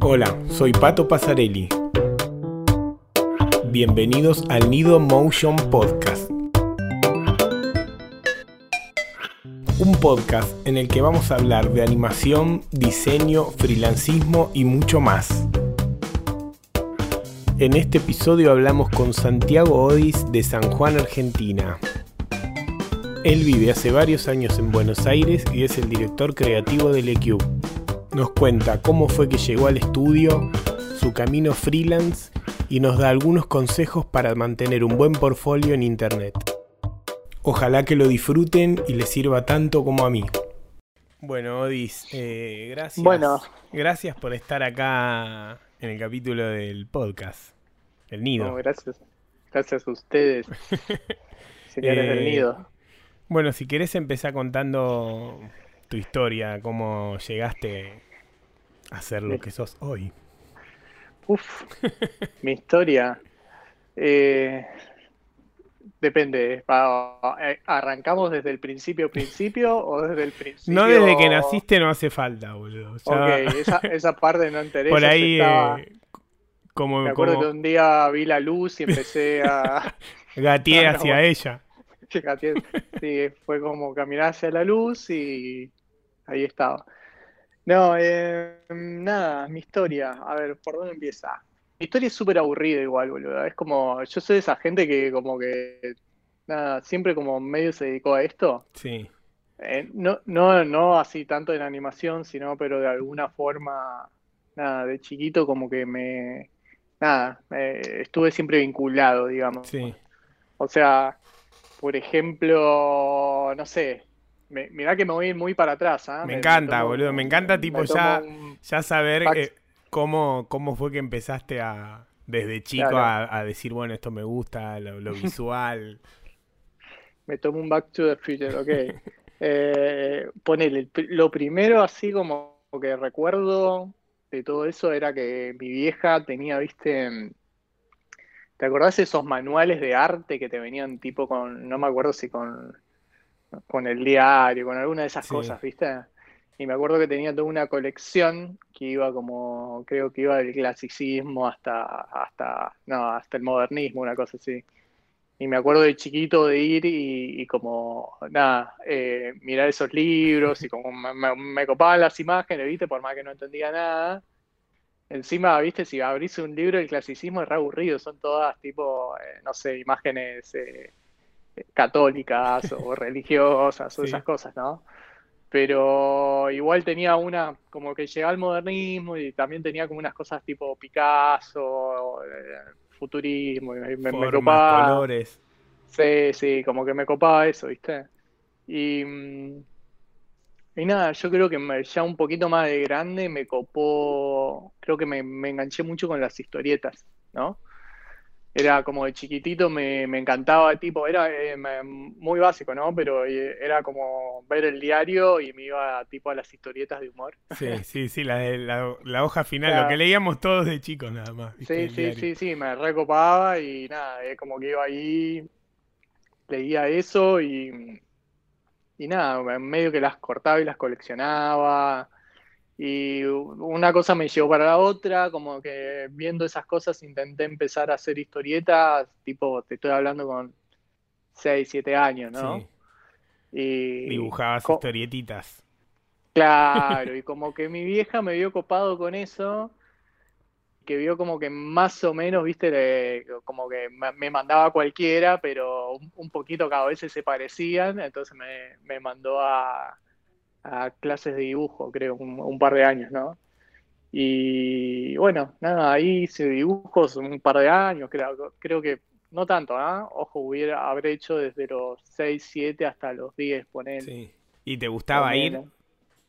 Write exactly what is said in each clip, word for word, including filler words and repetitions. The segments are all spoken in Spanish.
Hola, soy Pato Pasarelli. Bienvenidos al Nido Motion Podcast. Un podcast en el que vamos a hablar de animación, diseño, freelancismo y mucho más. En este episodio hablamos con Santiago Odis de San Juan, Argentina. Él vive hace varios años en Buenos Aires y es el director creativo de LeCube. Nos cuenta cómo fue que llegó al estudio, su camino freelance y nos da algunos consejos para mantener un buen portfolio en internet. Ojalá que lo disfruten y les sirva tanto como a mí. Bueno, Odis, eh, gracias. Bueno. Gracias por estar acá en el capítulo del podcast, El Nido. No, gracias. Gracias a ustedes, señores Eh, del Nido. Bueno, si querés empezar contando tu historia, cómo llegaste a ser lo que sos hoy. Uf, mi historia. Eh, depende. pa- eh, ¿Arrancamos desde el principio, principio o desde el principio? No desde que naciste no hace falta, boludo. Ya Ok, esa, esa parte no interesa. por ahí, Estaba... eh, como, Me acuerdo como que un día vi la luz y empecé a... gateé Ah, no, hacia bueno. ella. Fíjate, sí, fue como caminar hacia la luz y ahí estaba. No, eh, nada, mi historia. A ver, ¿por dónde empieza? Mi historia es súper aburrida igual, boludo. Es como, yo soy de esa gente que como que, nada, siempre como medio se dedicó a esto. Sí, Eh, no, no, no así tanto en animación, sino pero de alguna forma, nada, de chiquito como que me, nada, eh, estuve siempre vinculado, digamos. sí. O sea, por ejemplo, no sé, me, mirá que me voy muy para atrás, ¿ah? Me Me, me encanta, tomo, boludo. Me encanta tipo me tomo ya, un ya saber back, eh, cómo, cómo fue que empezaste a, desde chico claro, a, a decir, bueno, esto me gusta, lo, lo visual. me tomo un Back to the Future, ok. Eh, ponele, el pri- lo primero así como que recuerdo de todo eso era que mi vieja tenía, viste, ¿te acordás de esos manuales de arte que te venían tipo con, no me acuerdo si con, con el diario, con alguna de esas Sí, cosas, viste? Y me acuerdo que tenía toda una colección que iba como, creo que iba del clasicismo hasta, hasta, no, hasta el modernismo, una cosa así. Y me acuerdo de chiquito de ir y, y como, nada, eh, mirar esos libros y como me, me- me copaban las imágenes, ¿viste? Por más que no entendía nada. Encima, ¿viste? Si abrís un libro del clasicismo es re aburrido, son todas tipo, eh, no sé, imágenes eh, católicas o religiosas o esas sí. cosas, ¿no? Pero igual tenía una, como que llegaba al modernismo y también tenía como unas cosas tipo Picasso, eh, futurismo, y me, me, me Formas, copaba. colores. Sí, sí, como que me copaba eso, ¿viste? Y, mm, y nada, yo creo que me- ya un poquito más de grande me copó, creo que me, me enganché mucho con las historietas, ¿no? Era como de chiquitito, me, me encantaba, tipo, era eh, me- muy básico, ¿no? Pero eh, era como ver el diario y me iba tipo a las historietas de humor. Sí, sí, sí, la, de- la, la hoja final, lo que Claro, leíamos todos de chicos nada más, viste, sí, el sí, diario. sí, sí, me recopaba y nada, es como que iba ahí, leía eso y, y nada, medio que las cortaba y las coleccionaba. Y una cosa me llevó para la otra, como que viendo esas cosas intenté empezar a hacer historietas, tipo, te estoy hablando con seis siete años, Sí, ¿no? Y dibujabas co- historietitas. claro, y como que mi vieja me vio copado con eso, que vio como que más o menos, viste, le- como que me me mandaba cualquiera, pero un, un poquito cada vez se parecían, entonces me, me mandó a, a clases de dibujo, creo, un, un par de años, ¿no? Y bueno, nada, ahí hice dibujos un par de años, creo, creo que no tanto, ¿ah? Ojo, hubiera, habré hecho desde los seis siete hasta los diez ponele, Sí. ¿Y te o gustaba ir? menos.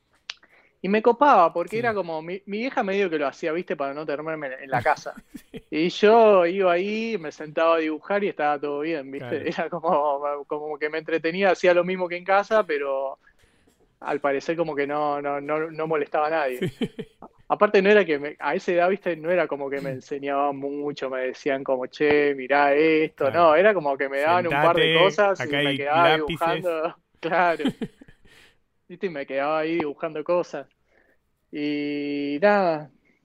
Y me copaba, porque era Sí. como, mi, mi vieja medio que lo hacía, ¿viste? Para no tenerme en la casa. Y yo iba ahí, me sentaba a dibujar y estaba todo bien, ¿viste? Claro. Era como, como que me entretenía, hacía lo mismo que en casa, pero al parecer como que no, no, no, no molestaba a nadie. Sí. Aparte no era que me- a esa edad, viste, no era como que me enseñaban mucho, me decían como, che, mirá esto, Claro. no, era como que me daban un par de Sentate, cosas y acá me hay quedaba lápices. dibujando, claro, viste, y me quedaba ahí dibujando cosas. Y nada,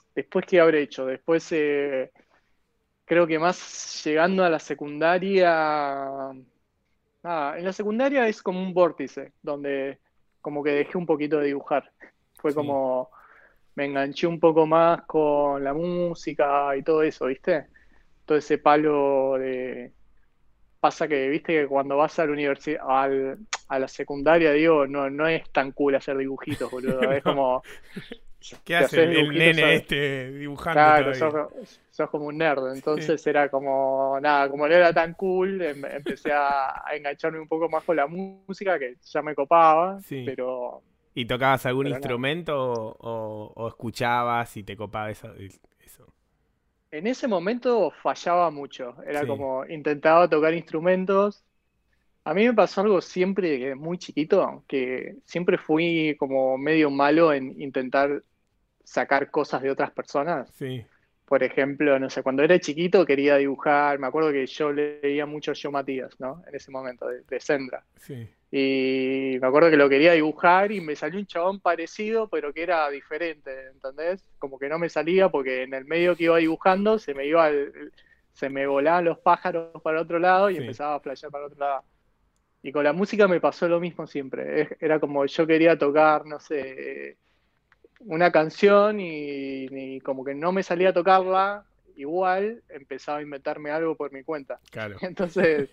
después, ¿qué habré hecho? Después, eh, creo que más llegando a la secundaria. Ah, en la secundaria es como un vórtice, donde como que dejé un poquito de dibujar. Fue Sí. como me enganché un poco más con la música y todo eso, ¿viste? Todo ese palo de. Pasa que, viste, que cuando vas a la universidad, al, a la secundaria, digo, no, no es tan cool hacer dibujitos, boludo. Es No. como, ¿Qué te hace haces el, el dibujitos, nene ¿sabes? este dibujando Claro, todavía? sos, sos como un nerd. Sí. Entonces era como, nada, como no era tan cool, em- empecé a, a engancharme un poco más con la música, que ya me copaba, Sí. pero, ¿Y tocabas algún pero nada. instrumento o, o- o escuchabas y te copaba eso? eso? En ese momento fallaba mucho. Era Sí, como, intentaba tocar instrumentos. A mí me pasó algo siempre de muy chiquito, que siempre fui como medio malo en intentar sacar cosas de otras personas. sí, Por ejemplo, no sé, cuando era chiquito quería dibujar, me acuerdo que yo leía mucho Joe Matías, ¿no? En ese momento, de, de Sendra. sí, Y me acuerdo que lo quería dibujar y me salió un chabón parecido, pero que era diferente, ¿entendés? Como que no me salía porque en el medio que iba dibujando se me iba el- se me volaban los pájaros para otro lado y sí. empezaba a flashear para otro lado. Y con la música me pasó lo mismo siempre. Es- Era como yo quería tocar, no sé, una canción y, y como que no me salía a tocarla, igual empezaba a inventarme algo por mi cuenta. Claro. Entonces,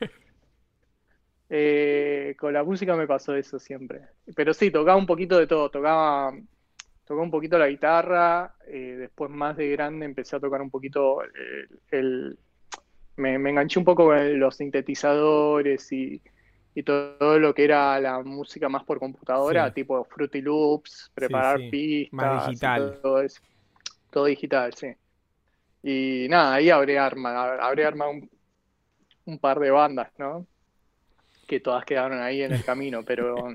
eh, con la música me pasó eso siempre. Pero sí, tocaba un poquito de todo. Tocaba, tocaba un poquito la guitarra, eh, después más de grande empecé a tocar un poquito el, el- me, me enganché un poco con los sintetizadores y, y todo lo que era la música más por computadora, Sí, tipo Fruity Loops, sí, preparar sí. Más pistas y digital. todo eso. Todo digital, sí. Y nada, ahí habré armado, habré armado un, un par de bandas, ¿no? Que todas quedaron ahí en el camino, pero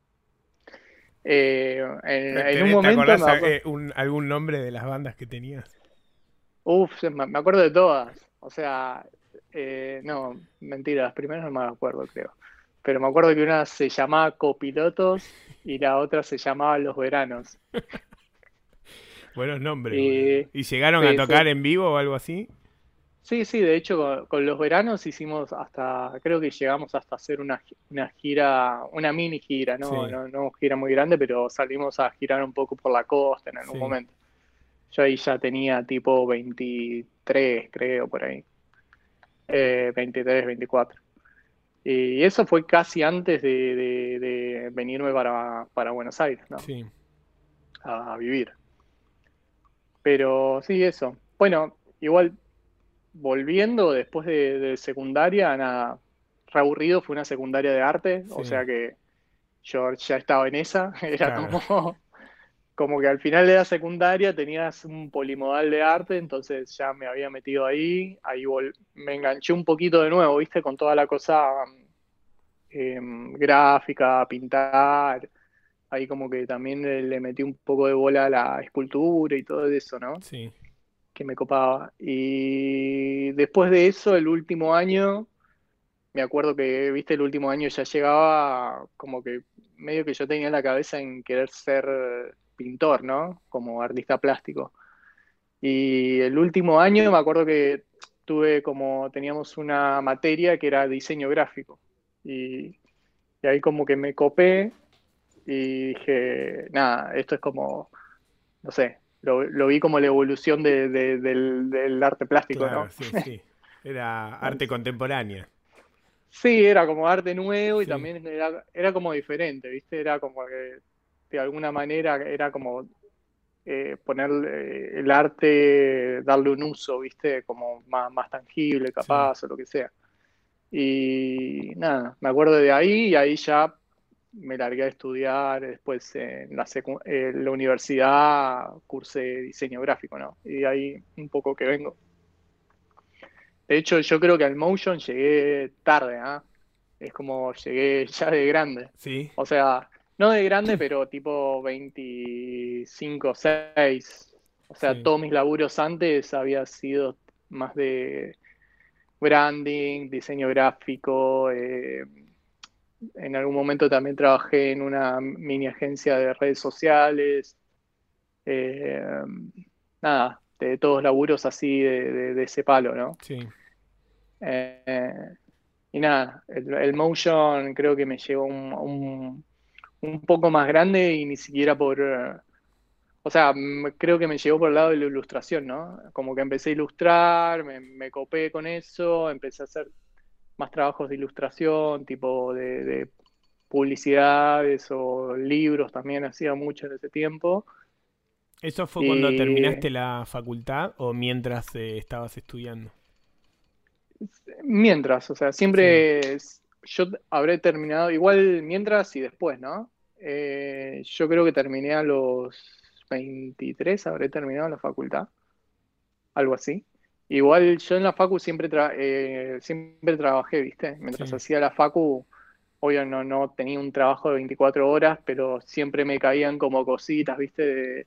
eh, en, ¿Te, en un tenés- te momento acordás me, acu- eh, un- algún nombre de las bandas que tenías? uf, me, me acuerdo de todas. O sea, eh, no, mentira, las primeras no me acuerdo, creo. Pero me acuerdo que una se llamaba Copilotos y la otra se llamaba Los Veranos. Buenos nombres, boludo. Y ¿Y llegaron a sí, tocar sí. en vivo o algo así? Sí, sí, de hecho con, con los veranos hicimos hasta, creo que llegamos hasta hacer una, gi- una gira, una mini gira, ¿no? Sí, No, no una gira muy grande, pero salimos a girar un poco por la costa en algún sí. momento. Yo ahí ya tenía tipo veintitrés, creo, por ahí. Eh, veintitrés, veinticuatro. Y eso fue casi antes de, de- de venirme para, para Buenos Aires, ¿no? Sí, A, a vivir. Pero sí, eso. Bueno, igual volviendo después de, de secundaria, nada, re aburrido, fue una secundaria de arte, o sí, sea que yo ya estaba en esa, era claro. como, como que al final de la secundaria tenías un polimodal de arte, entonces ya me había metido ahí, ahí vol- me enganché un poquito de nuevo, viste, con toda la cosa eh, gráfica, pintar, ahí como que también le, le metí un poco de bola a la escultura y todo eso, ¿no? Sí, Que me copaba. Y después de eso, el último año, me acuerdo que, viste, el último año ya llegaba como que medio que yo tenía la cabeza en querer ser pintor, ¿no? Como artista plástico. Y el último año me acuerdo que tuve como, teníamos una materia que era diseño gráfico. Y, y ahí como que me copé y dije, nada, esto es como, no sé, lo, lo vi como la evolución de- de- del, del arte plástico, claro, ¿no? sí, sí. Era arte contemporánea. Sí, era como arte nuevo y Sí, también era, era como diferente, ¿viste? Era como que de alguna manera era como eh, ponerle el arte, darle un uso, ¿viste? Como más, más tangible, sí. capaz, o lo que sea. Y nada, me acuerdo de ahí y ahí ya me largué a estudiar, después en la, secu- en la universidad cursé diseño gráfico, ¿no? Y de ahí un poco que vengo. De hecho, yo creo que al Motion llegué tarde, ¿ah? Es como llegué ya de grande. Sí, O sea, no de grande, pero tipo veinticinco, seis. O sea, sí, todos mis laburos antes había sido más de branding, diseño gráfico. Eh, en algún momento también trabajé en una mini agencia de redes sociales. Eh, nada, de todos laburos así de, de- de ese palo, ¿no? Sí. Eh, y nada, el, el motion creo que me llevó un, un, un poco más grande y ni siquiera por, eh, o sea, m- creo que me llevó por el lado de la ilustración, ¿no? Como que empecé a ilustrar, me, me copé con eso, empecé a hacer más trabajos de ilustración, tipo de, de publicidades o libros también hacía mucho en ese tiempo. ¿Eso fue cuando Y terminaste la facultad o mientras eh, estabas estudiando? mientras, o sea, Sí. siempre es- yo habré terminado, igual mientras y después, ¿no? Eh, yo creo que terminé a los veintitrés, habré terminado la facultad, algo así. Igual yo en la facu siempre, tra- eh, siempre trabajé, ¿viste? Mientras Sí. hacía la facu, obvio no, no tenía un trabajo de veinticuatro horas, pero siempre me caían como cositas, ¿viste? De-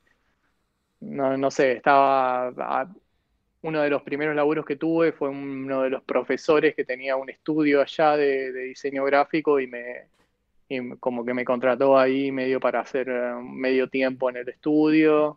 no, no sé, estaba a- uno de los primeros laburos que tuve fue uno de los profesores que tenía un estudio allá de, de diseño gráfico y me y como que me contrató ahí medio para hacer eh, medio tiempo en el estudio.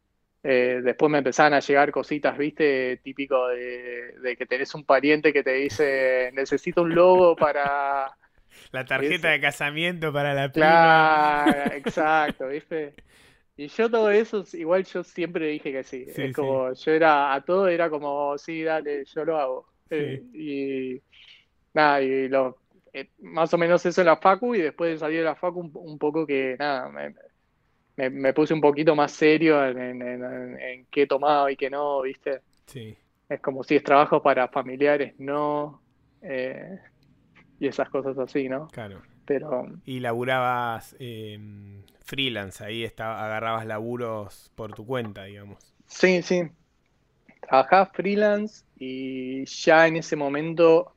Eh, después me empezaban a llegar cositas, viste, típico de, de que tenés un pariente que te dice, necesito un logo para... La Es, tarjeta de casamiento para la prima. claro, exacto, viste. Y yo todo eso, igual yo siempre dije que sí. Es Sí, sí, como, yo era, a todo era como, sí, dale, yo lo hago. Eh, sí, y nada, y lo, eh, más o menos eso en la facu, y después de salir de la facu un, un poco que, nada, me, me- me puse un poquito más serio en, en, en- en qué tomaba y qué no, ¿viste? sí, Es como si es trabajo para familiares, no, eh, y esas cosas así, ¿no? claro. Pero Y laburabas eh, freelance, ahí estaba, agarrabas laburos por tu cuenta, digamos. sí, sí, trabajaba freelance y ya en ese momento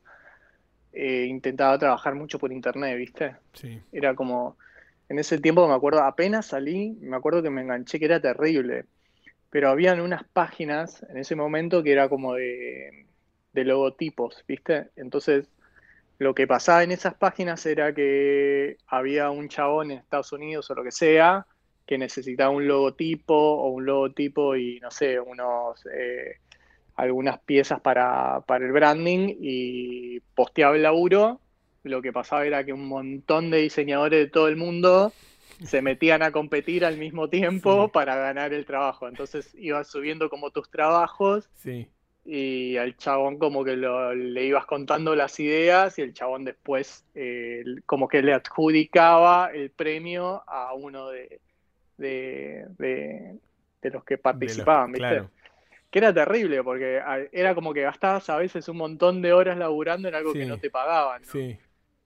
eh, intentaba trabajar mucho por internet, ¿viste? Sí, Era como, en ese tiempo me acuerdo, apenas salí, me acuerdo que me enganché que era terrible, pero habían unas páginas en ese momento que era como de, de logotipos, ¿viste? Entonces, lo que pasaba en esas páginas era que había un chabón en Estados Unidos o lo que sea que necesitaba un logotipo o un logotipo y no sé, unos eh, algunas piezas para, para el branding y posteaba el laburo. Lo que pasaba era que un montón de diseñadores de todo el mundo se metían a competir al mismo sí, tiempo para ganar el trabajo. Entonces ibas subiendo como tus trabajos sí, y al chabón como que lo- le ibas contando las ideas y el chabón después eh, como que le adjudicaba el premio a uno de, de, de- de los que de los que, participaban, ¿viste? claro, Que era terrible porque a- era como que gastabas a veces un montón de horas laburando en algo que no sí, te pagaban, ¿no? sí.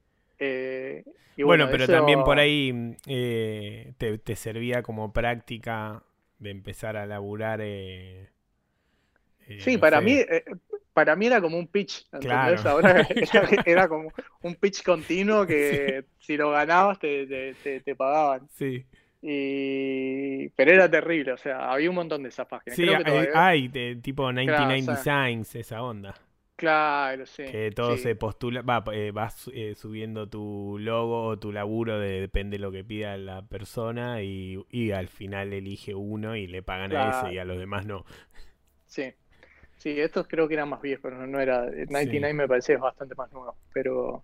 Eh, y Bueno, bueno, pero también por eso, ahí mm, eh, te, te servía como práctica de empezar a laburar, eh, eh, sí, no para mí, sé, eh, para mí era como un pitch, claro, ¿entendés? Ahora era, era como un pitch continuo sí, que si lo ganabas te, te, te, te pagaban. sí. Y... Pero era terrible, o sea, había un montón de esas páginas. Sí, Creo que hay, todavía... hay de tipo Claro, o noventa y nueve sea, Designs, esa onda. claro, sí, Que todo sí, se postula, va, eh, vas eh, subiendo tu logo o tu laburo, de- depende de lo que pida la persona, y, y al final elige uno y le pagan a ese y claro, a los demás no. sí. Sí, estos creo que eran más viejos, no, no era... Sí, noventa y nueve me parece bastante más nuevo, pero...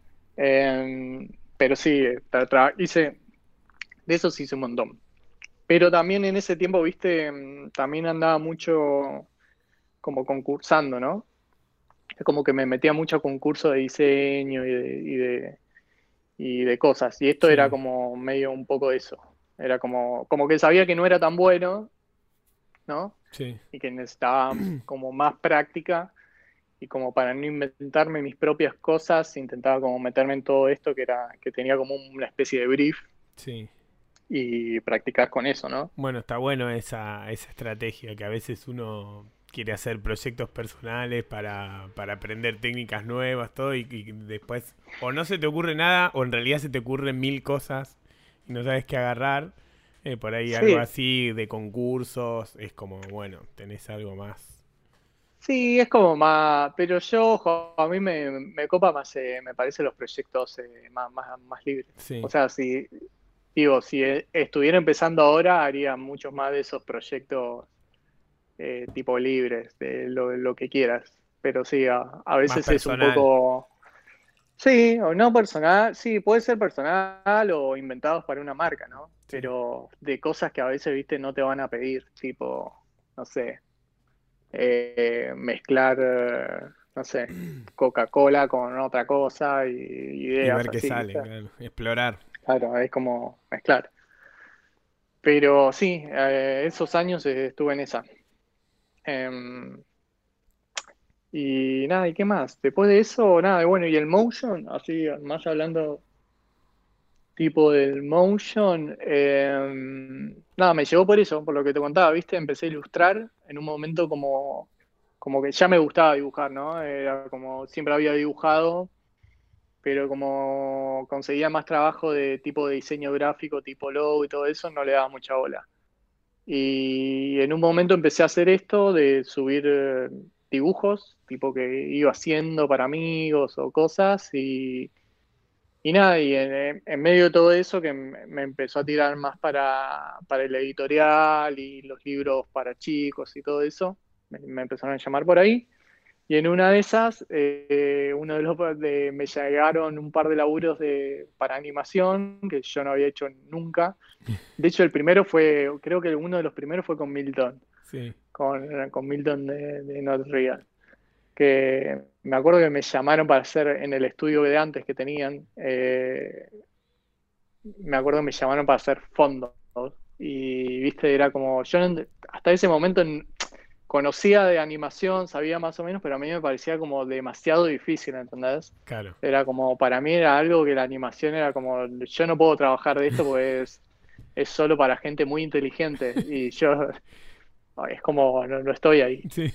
eh, pero sí, tra- tra- hice... De esos hice un montón. Pero también en ese tiempo, viste, mm, también andaba mucho como concursando, ¿no? Es como que me metía mucho a concursos de diseño y de, y de, y de cosas. Y esto era sí, como medio un poco eso. Era como, como que sabía que no era tan bueno, ¿no? sí. Y que necesitaba como más práctica. Y como para no inventarme mis propias cosas, intentaba como meterme en todo esto que era, que tenía como una especie de brief Sí. y practicar con eso, ¿no? Bueno, está bueno esa, esa estrategia, que a veces uno quiere hacer proyectos personales para, para aprender técnicas nuevas, todo, y, y después o no se te ocurre nada, o en realidad se te ocurren mil cosas y no sabes qué agarrar. Eh, por ahí algo Sí, así de concursos, es como, bueno, tenés algo más. sí, es como más, pero yo, ojo, a mí me, me copa más, eh, me parece los proyectos eh, más, más, más libres. O Sí, sea, si, digo, si eh, estuviera empezando ahora, haría muchos más de esos proyectos eh, tipo libres, de lo, lo que quieras. Pero sí, a, a Más veces es un personal. poco, sí, o no personal, sí, puede ser personal o inventados para una marca, ¿no? Sí. Pero de cosas que a veces, viste, no te van a pedir, tipo, no sé, eh, mezclar, eh, no sé, Coca-Cola con otra cosa y Y ideas ver qué así, sale, ¿viste? claro. Explorar. Claro, es como mezclar. Pero sí, eh, esos años eh, estuve en esa. Em, y nada, ¿y qué más? Después de eso, nada, y bueno, y el motion, así, más hablando tipo del motion, em, nada, me llegó por eso, por lo que te contaba, ¿viste? Empecé a ilustrar en un momento como, como que ya me gustaba dibujar, ¿no? Era como siempre había dibujado, pero como conseguía más trabajo de tipo de diseño gráfico, tipo logo y todo eso, no le daba mucha bola. Y en un momento empecé a hacer esto de subir eh, dibujos, tipo que iba haciendo para amigos o cosas, y, y nada, y en, en medio de todo eso que me me empezó a tirar más para, para el editorial y los libros para chicos y todo eso, me, me empezaron a llamar por ahí. Y en una de esas, eh, uno de los de, me llegaron un par de laburos de, para animación que yo no había hecho nunca. De hecho, el primero fue, creo que uno de los primeros fue con Milton, Sí. con, con Milton de, de Not Real. Que me acuerdo que me llamaron para hacer en el estudio de antes que tenían, eh, me acuerdo que me llamaron para hacer fondos. Y viste, era como, yo no- hasta ese momento n- conocía de animación, sabía más o menos, pero a mí me parecía como demasiado difícil, ¿entendés? Claro. Era como, para mí era algo que la animación era como, yo no puedo trabajar de esto porque es, es solo para gente muy inteligente y yo es como, no, no estoy ahí. Sí.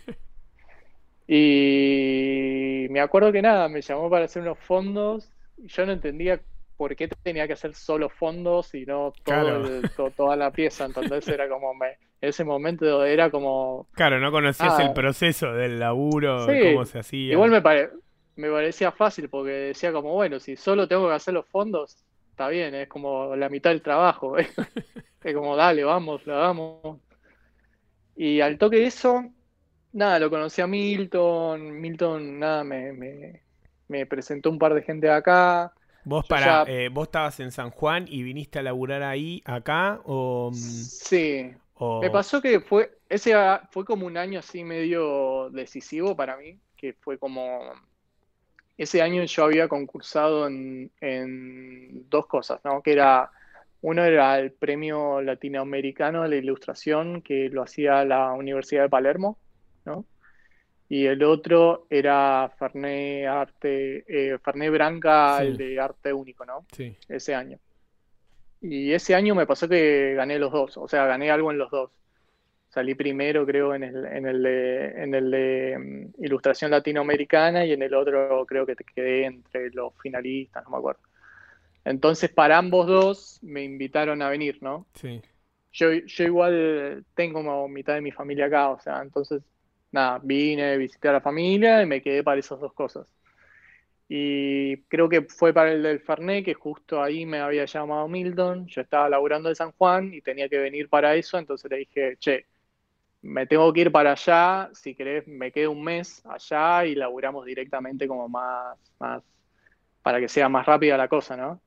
Y me acuerdo que nada, me llamó para hacer unos fondos y yo no entendía por qué tenía que hacer solo fondos y no todo Claro. el, to- toda la pieza. Entonces era como, me, en ese momento era como, Claro, no conocías el ah, proceso del laburo, de cómo sí, se igual hacía. me, pare- me parecía fácil porque decía como, bueno, si solo tengo que hacer los fondos, está bien, es como la mitad del trabajo. Es como, dale, vamos, lo hagamos. Y al toque de eso, nada, lo conocí a Milton. Milton, nada, me, me, me presentó un par de gente de acá. Vos Yo para, ya, eh, vos estabas en San Juan y viniste a laburar ahí, acá, o, mm, sí. Me o pasó que fue, ese a- fue como un año así medio decisivo para mí, que fue como, ese año yo había concursado en, en dos cosas, ¿no? Que era, uno era el Premio Latinoamericano de la Ilustración, que lo hacía la Universidad de Palermo, ¿no? Y el otro era Fernet Arte, eh, Fernet Branca, el sí, de arte único, ¿no? sí, Ese año. Y ese año me pasó que gané los dos, o sea, gané algo en los dos. Salí primero, creo, en el, en el de, en el de mm, Ilustración Latinoamericana y en el otro creo que te quedé entre los finalistas, no me acuerdo. Entonces, para ambos dos me invitaron a venir, ¿no? sí. Yo, yo igual tengo como mitad de mi familia acá, o sea, entonces, nada, vine, visité a la familia y me quedé para esas dos cosas. Y creo que fue para el del Fernet, que justo ahí me había llamado Milton, yo estaba laburando de San Juan y tenía que venir para eso, entonces le dije, che, me tengo que ir para allá, si querés me quedo un mes allá y laburamos directamente como más, más, para que sea más rápida la cosa, ¿no?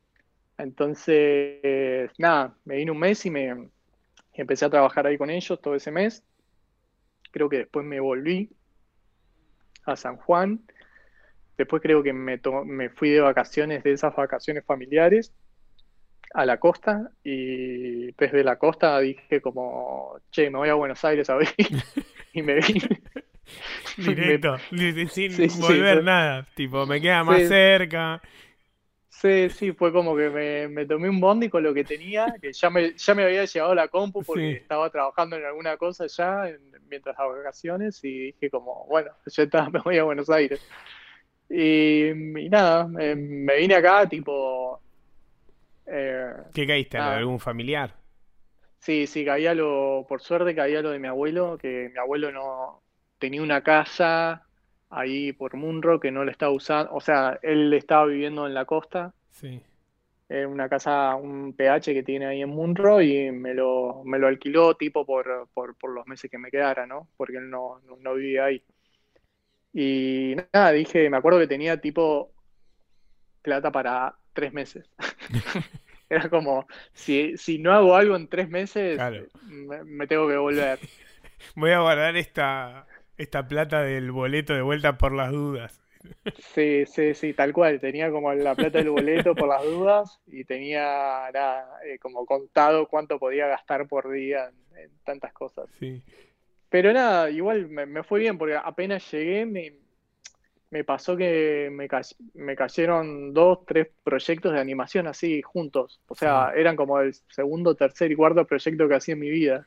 Entonces, nada, me vine un mes y me y empecé a trabajar ahí con ellos todo ese mes. Creo que después me volví a San Juan. Después creo que me, to- me fui de vacaciones, de esas vacaciones familiares, a la costa. Y desde la costa dije como, che, me voy a Buenos Aires a ver. Y me vine. Me- Directo, li- sí, sin sí, volver fue- nada. Tipo, me queda más sí, cerca. sí, sí, fue como que me, me tomé un bondi con lo que tenía, que ya me, ya me había llevado la compu porque Sí. estaba trabajando en alguna cosa ya en- mientras las vacaciones y dije como, bueno, ya está, me voy a Buenos Aires. Y, y nada, me, me vine acá, tipo, eh, ¿Qué caíste a lo de nada, algún familiar? sí, sí, caía lo, por suerte caía lo de mi abuelo, que mi abuelo no tenía una casa ahí por Munro que no la estaba usando, o sea, él estaba viviendo en la costa Sí. en una casa, un P H que tiene ahí en Munro y me lo, me lo alquiló tipo por, por, por los meses que me quedara, ¿no? Porque él no, no, no vivía ahí. Y nada, dije, me acuerdo que tenía tipo plata para tres meses. Era como, si, si no hago algo en tres meses, Claro. me, me tengo que volver. Voy a guardar esta, esta plata del boleto de vuelta por las dudas. Sí, sí, sí, tal cual. Tenía como la plata del boleto por las dudas y tenía nada, eh, como contado cuánto podía gastar por día en, en tantas cosas. Sí, Pero nada, igual me, me fue bien porque apenas llegué me, me pasó que me, ca- me cayeron dos, tres proyectos de animación así juntos. O sí. sea, eran como el segundo, tercer y cuarto proyecto que hacía en mi vida.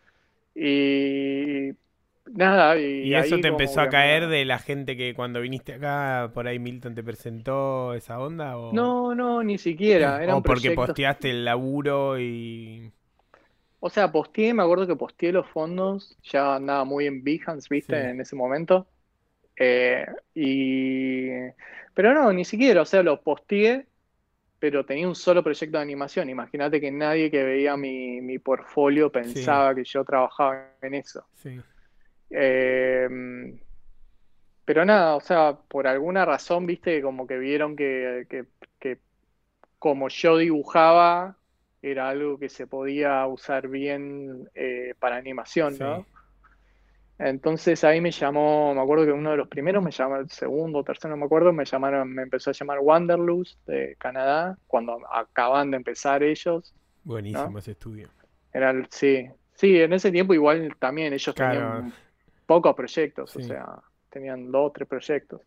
Y nada, y ¿Y eso ahí te como empezó a que me... caer de la gente que cuando viniste acá, por ahí Milton te presentó esa onda? ¿O, No, no, ni siquiera. Eran o porque proyectos. posteaste el laburo y... O sea, posteé, me acuerdo que posteé los fondos, ya andaba muy en Behance, viste, Sí, en ese momento. Eh, y... Pero no, ni siquiera, o sea, los posteé, pero tenía un solo proyecto de animación. Imagínate que nadie que veía mi, mi portfolio sí, pensaba que yo trabajaba en eso. sí, Eh, pero nada, o sea, por alguna razón, viste, como que vieron que, que, que como yo dibujaba, era algo que se podía usar bien eh, para animación, sí. ¿no? Entonces ahí me llamó, me acuerdo que uno de los primeros me llamó, el segundo o tercero, no me acuerdo, me llamaron, me empezó a llamar Wanderlust de Canadá, cuando acaban de empezar ellos, ¿no? Buenísimo ese estudio. Era el- sí, sí, en ese tiempo igual también ellos Claro, tenían pocos proyectos, o sí, sea, tenían dos, tres proyectos.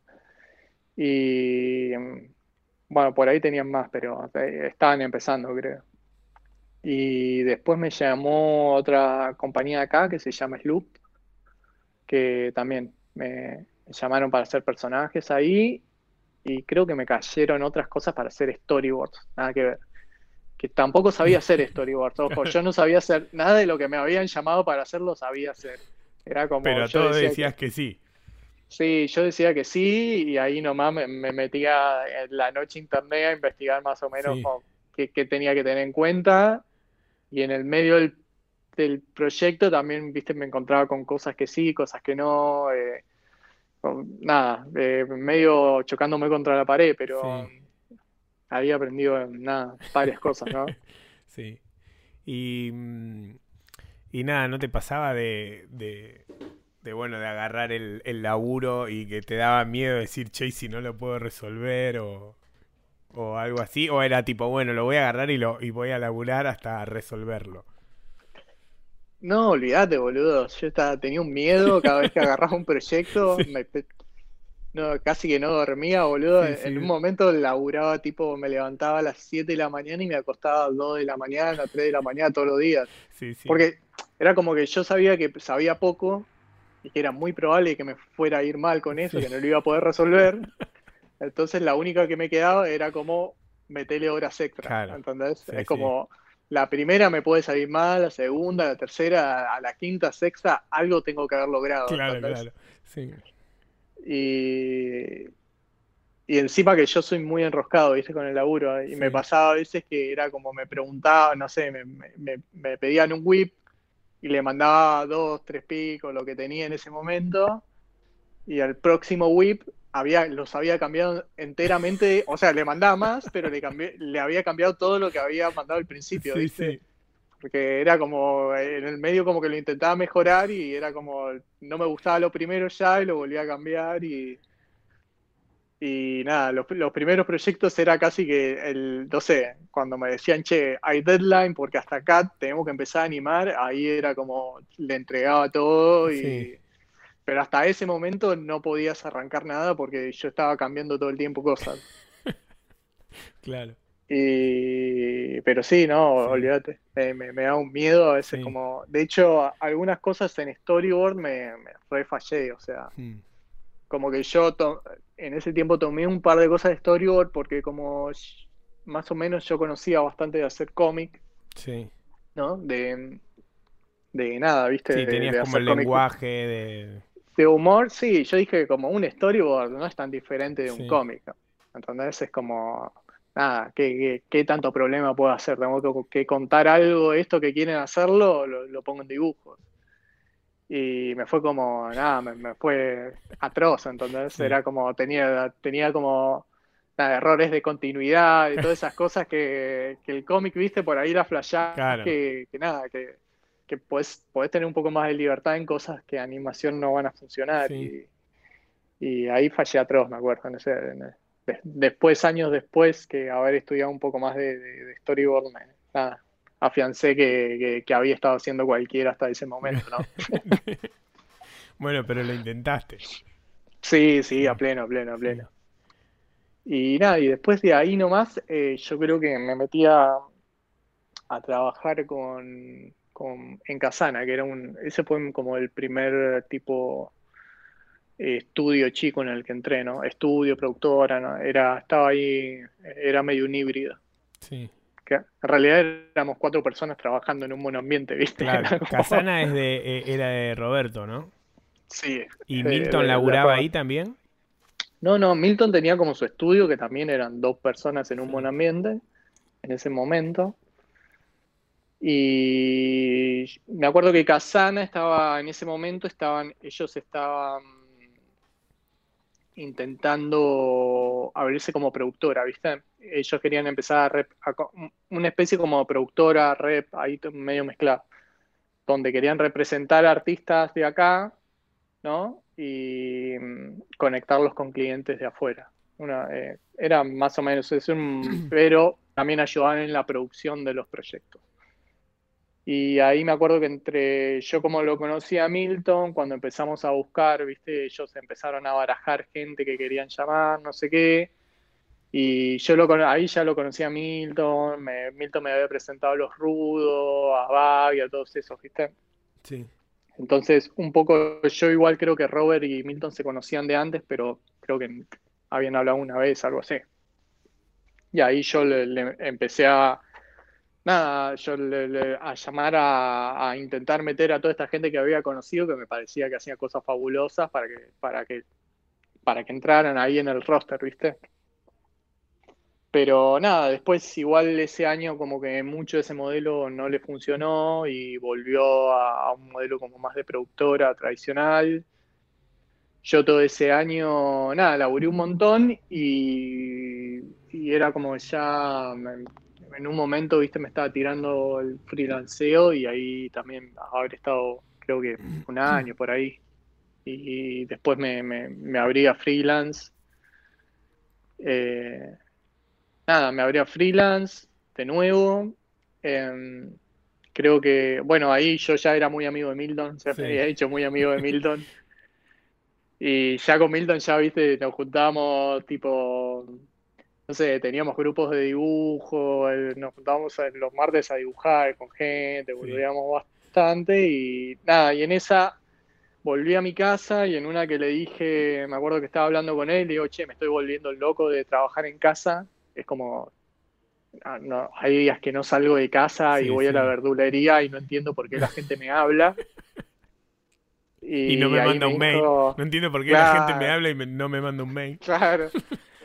Y mm, bueno, por ahí tenían más, pero eh, estaban empezando, creo. Y después me llamó otra compañía de acá que se llama Sloop, que también me, me llamaron para hacer personajes ahí y creo que me cayeron otras cosas para hacer storyboards, nada que ver. Que tampoco sabía hacer storyboards, ojo, claro. yo no sabía hacer nada de lo que me habían llamado para hacer, lo sabía hacer. Era como Pero a yo todo decía que decías que sí. sí, yo decía que sí y ahí nomás me, me metía en la noche internet a investigar más o menos Sí, como qué, qué tenía que tener en cuenta y en el medio del, del proyecto también, viste, me encontraba con cosas que sí, cosas que no, eh, con- nada, eh, medio chocándome contra la pared, pero sí, había aprendido nada, varias cosas, ¿no? sí. Y, mm, y nada, ¿no te pasaba de, de, de, bueno, de agarrar el, el laburo y que te daba miedo decir, che, y si no lo puedo resolver o, o algo así? ¿O era tipo, bueno, lo voy a agarrar y, lo, y voy a laburar hasta resolverlo? No, olvídate, boludo, yo estaba, tenía un miedo cada vez que agarraba un proyecto, Sí, me, no, casi que no dormía, boludo. sí, En un sí, momento laburaba, tipo, me levantaba a las siete de la mañana y me acostaba a las dos de la mañana, tres de la mañana todos los días. sí, sí. Porque era como que yo sabía que sabía poco y que era muy probable que me fuera a ir mal con eso, Sí, que no lo iba a poder resolver. Entonces la única que me quedaba era como meterle horas extra, claro, ¿entendés? sí, Es sí, como, la primera me puede salir mal, la segunda, la tercera, a la quinta, sexta, algo tengo que haber logrado, claro, ¿entendés? claro, sí, Y, Y encima que yo soy muy enroscado, ¿viste? Con el laburo. ¿Eh? Y me sí, pasaba a veces que era como me preguntaba, no sé, me, me- me- me pedían un whip y le mandaba dos, tres picos, lo que tenía en ese momento. Y al próximo whip había, los había cambiado enteramente. O sea, le mandaba más, pero le, cambié, le había cambiado todo lo que había mandado al principio, sí, ¿viste? sí, Porque era como, en el medio como que lo intentaba mejorar y era como, no me gustaba lo primero ya y lo volvía a cambiar y Y nada, los, los primeros proyectos era casi que el, no sé, cuando me decían, che, hay deadline porque hasta acá tenemos que empezar a animar, ahí era como le entregaba todo sí, y... Pero hasta ese momento no podías arrancar nada porque yo estaba cambiando todo el tiempo cosas. claro, Y... Pero sí, no, sí, olvídate, me, me, me da un miedo a veces sí. como... De hecho, a- algunas cosas en storyboard me, me re fallé, o sea... Mm, Como que yo to- en ese tiempo tomé un par de cosas de storyboard porque como sh- más o menos yo conocía bastante de hacer cómic, sí. ¿no? De, de nada, ¿viste? Sí, De, tenías de como hacer el cómic lenguaje de... de humor, sí, yo dije como un storyboard no es tan diferente de un Sí, cómic, ¿no? ¿Entendés? Es como, nada, ¿qué, qué, qué tanto problema puedo hacer? Tengo que contar algo, esto que quieren hacerlo, lo, lo pongo en dibujos. Y me fue como, nada, me, me fue atroz, entonces Sí, era como, tenía, tenía como nada, errores de continuidad y todas esas cosas que, que el cómic, viste, por ahí la flashás claro, que, que nada, que, que podés, podés tener un poco más de libertad en cosas que animación no van a funcionar. sí. Y, y ahí fallé atroz, me acuerdo. En ese, en el- de- después, años después, que haber estudiado un poco más de, de, de storyboard, me, nada, afiancé que, que, que había estado haciendo cualquiera hasta ese momento, ¿no? Bueno, pero lo intentaste. Sí, sí, a Sí, pleno, a pleno, a sí, pleno. Y nada, y después de ahí nomás, eh, yo creo que me metí a, a trabajar con, con, en Casana, que era un, ese fue como el primer tipo eh, estudio chico en el que entré, ¿no? Estudio, productora, ¿no? Era, estaba ahí, era medio un híbrido. sí. Que en realidad éramos cuatro personas trabajando en un monoambiente, ¿viste? Claro. Era como, Casana es de, eh, era de Roberto, ¿no? sí, ¿Y de, Milton de, de laburaba ahí Robert. también? No, no, Milton tenía como su estudio, que también eran dos personas en un Sí, monoambiente en ese momento. Y me acuerdo que Casana estaba, en ese momento estaban, ellos estaban intentando abrirse como productora, ¿viste? Ellos querían empezar a, rep- a co- una especie como productora, rep, ahí t- medio mezclado, donde querían representar artistas de acá, ¿no? Y mm, conectarlos con clientes de afuera. Una, eh, era más o menos eso, un- pero también ayudaban en la producción de los proyectos. Y ahí me acuerdo que entre yo como lo conocí a Milton, cuando empezamos a buscar, viste, ellos empezaron a barajar gente que querían llamar, no sé qué, y yo lo, cono- ahí ya lo conocí a Milton, me- Milton me había presentado a los Rudos, a Bag y a todos esos, viste. sí. Entonces, un poco, yo igual creo que Robert y Milton se conocían de antes, pero creo que habían hablado una vez, algo así. Y ahí yo le le empecé a nada, yo le, le- a llamar a, a intentar meter a toda esta gente que había conocido, que me parecía que hacía cosas fabulosas para que, para que, para que entraran ahí en el roster, ¿viste? Pero nada, después igual ese año como que mucho de ese modelo no le funcionó y volvió a, a un modelo como más de productora tradicional. Yo todo ese año, nada, laburé un montón y, y era como ya, me- en un momento, viste, me estaba tirando el freelanceo y ahí también habré estado, creo que un año por ahí. Y después me, me, me abrí a freelance. eh, Nada, me abrí a freelance de nuevo. Em, Creo que, bueno, ahí yo ya era muy amigo de Milton, ya me Sí. había hecho muy amigo de Milton. Y ya con Milton ya, viste, nos juntábamos tipo, no sé, teníamos grupos de dibujo, eh, nos juntábamos eh, los martes a dibujar con gente, Sí. volvíamos bastante y nada, y en esa volví a mi casa y en una que le dije, me acuerdo que estaba hablando con él, le digo, che, me estoy volviendo loco de trabajar en casa, es como, ah, no, hay días que no salgo de casa y Sí, voy a la sí. verdulería y no entiendo por qué la gente me habla. Y no Y me ahí manda me un mail. dijo, No entiendo por qué la gente me claro, habla y me- no me manda un mail. claro.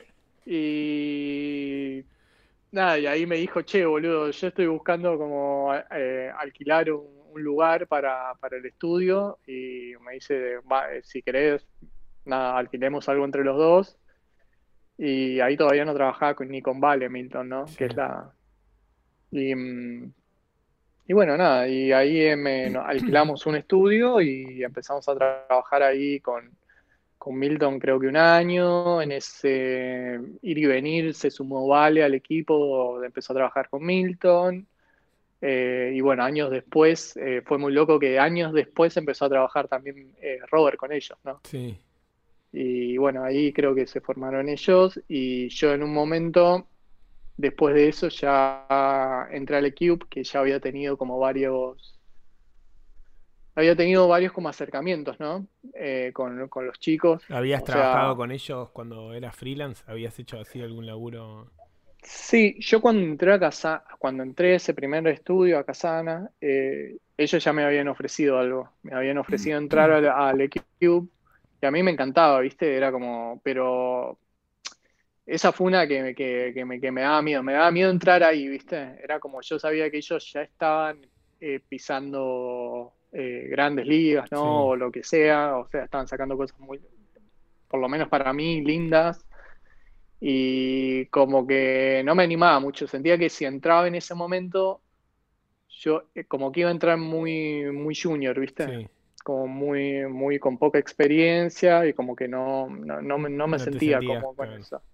Y nada, y ahí me dijo, che, boludo, yo estoy buscando como eh, alquilar un, un lugar para, para el estudio y me dice, "Va, eh, si querés, nada, alquilemos algo entre los dos". Y ahí todavía no trabajaba con, ni con Vale Milton, ¿no? Que es Sí. la... Y, mm, y bueno, nada, y ahí eh, me, no- alquilamos un estudio y empezamos a trabajar ahí con con Milton creo que un año, en ese ir y venir se sumó Vale al equipo, empezó a trabajar con Milton, eh, y bueno, años después, eh, fue muy loco que años después empezó a trabajar también eh, Robert con ellos, ¿no? Sí. Y bueno, ahí creo que se formaron ellos y yo en un momento, después de eso, ya entré al equipo, que ya había tenido como varios había tenido varios como acercamientos, ¿no? Eh, con, con los chicos. ¿Habías O sea, trabajado con ellos cuando eras freelance? ¿Habías hecho así algún laburo? sí, yo cuando entré a casa, cuando entré a ese primer estudio a Casana, eh, ellos ya me habían ofrecido algo. Me habían ofrecido entrar al, al equipo y a mí me encantaba, ¿viste? Era como, pero esa fue una que, me- que, que me, que me daba miedo, me daba miedo entrar ahí, ¿viste? Era como yo sabía que ellos ya estaban eh, pisando eh, grandes ligas, ¿no? Sí, O lo que sea, o sea, estaban sacando cosas muy, por lo menos para mí, lindas. Y como que no me animaba mucho, sentía que si entraba en ese momento, yo eh, como que iba a entrar muy, muy junior, ¿viste? sí. Como muy, muy con poca experiencia y como que no, no, no me, no me No te sentía sentías, como con claro. eso.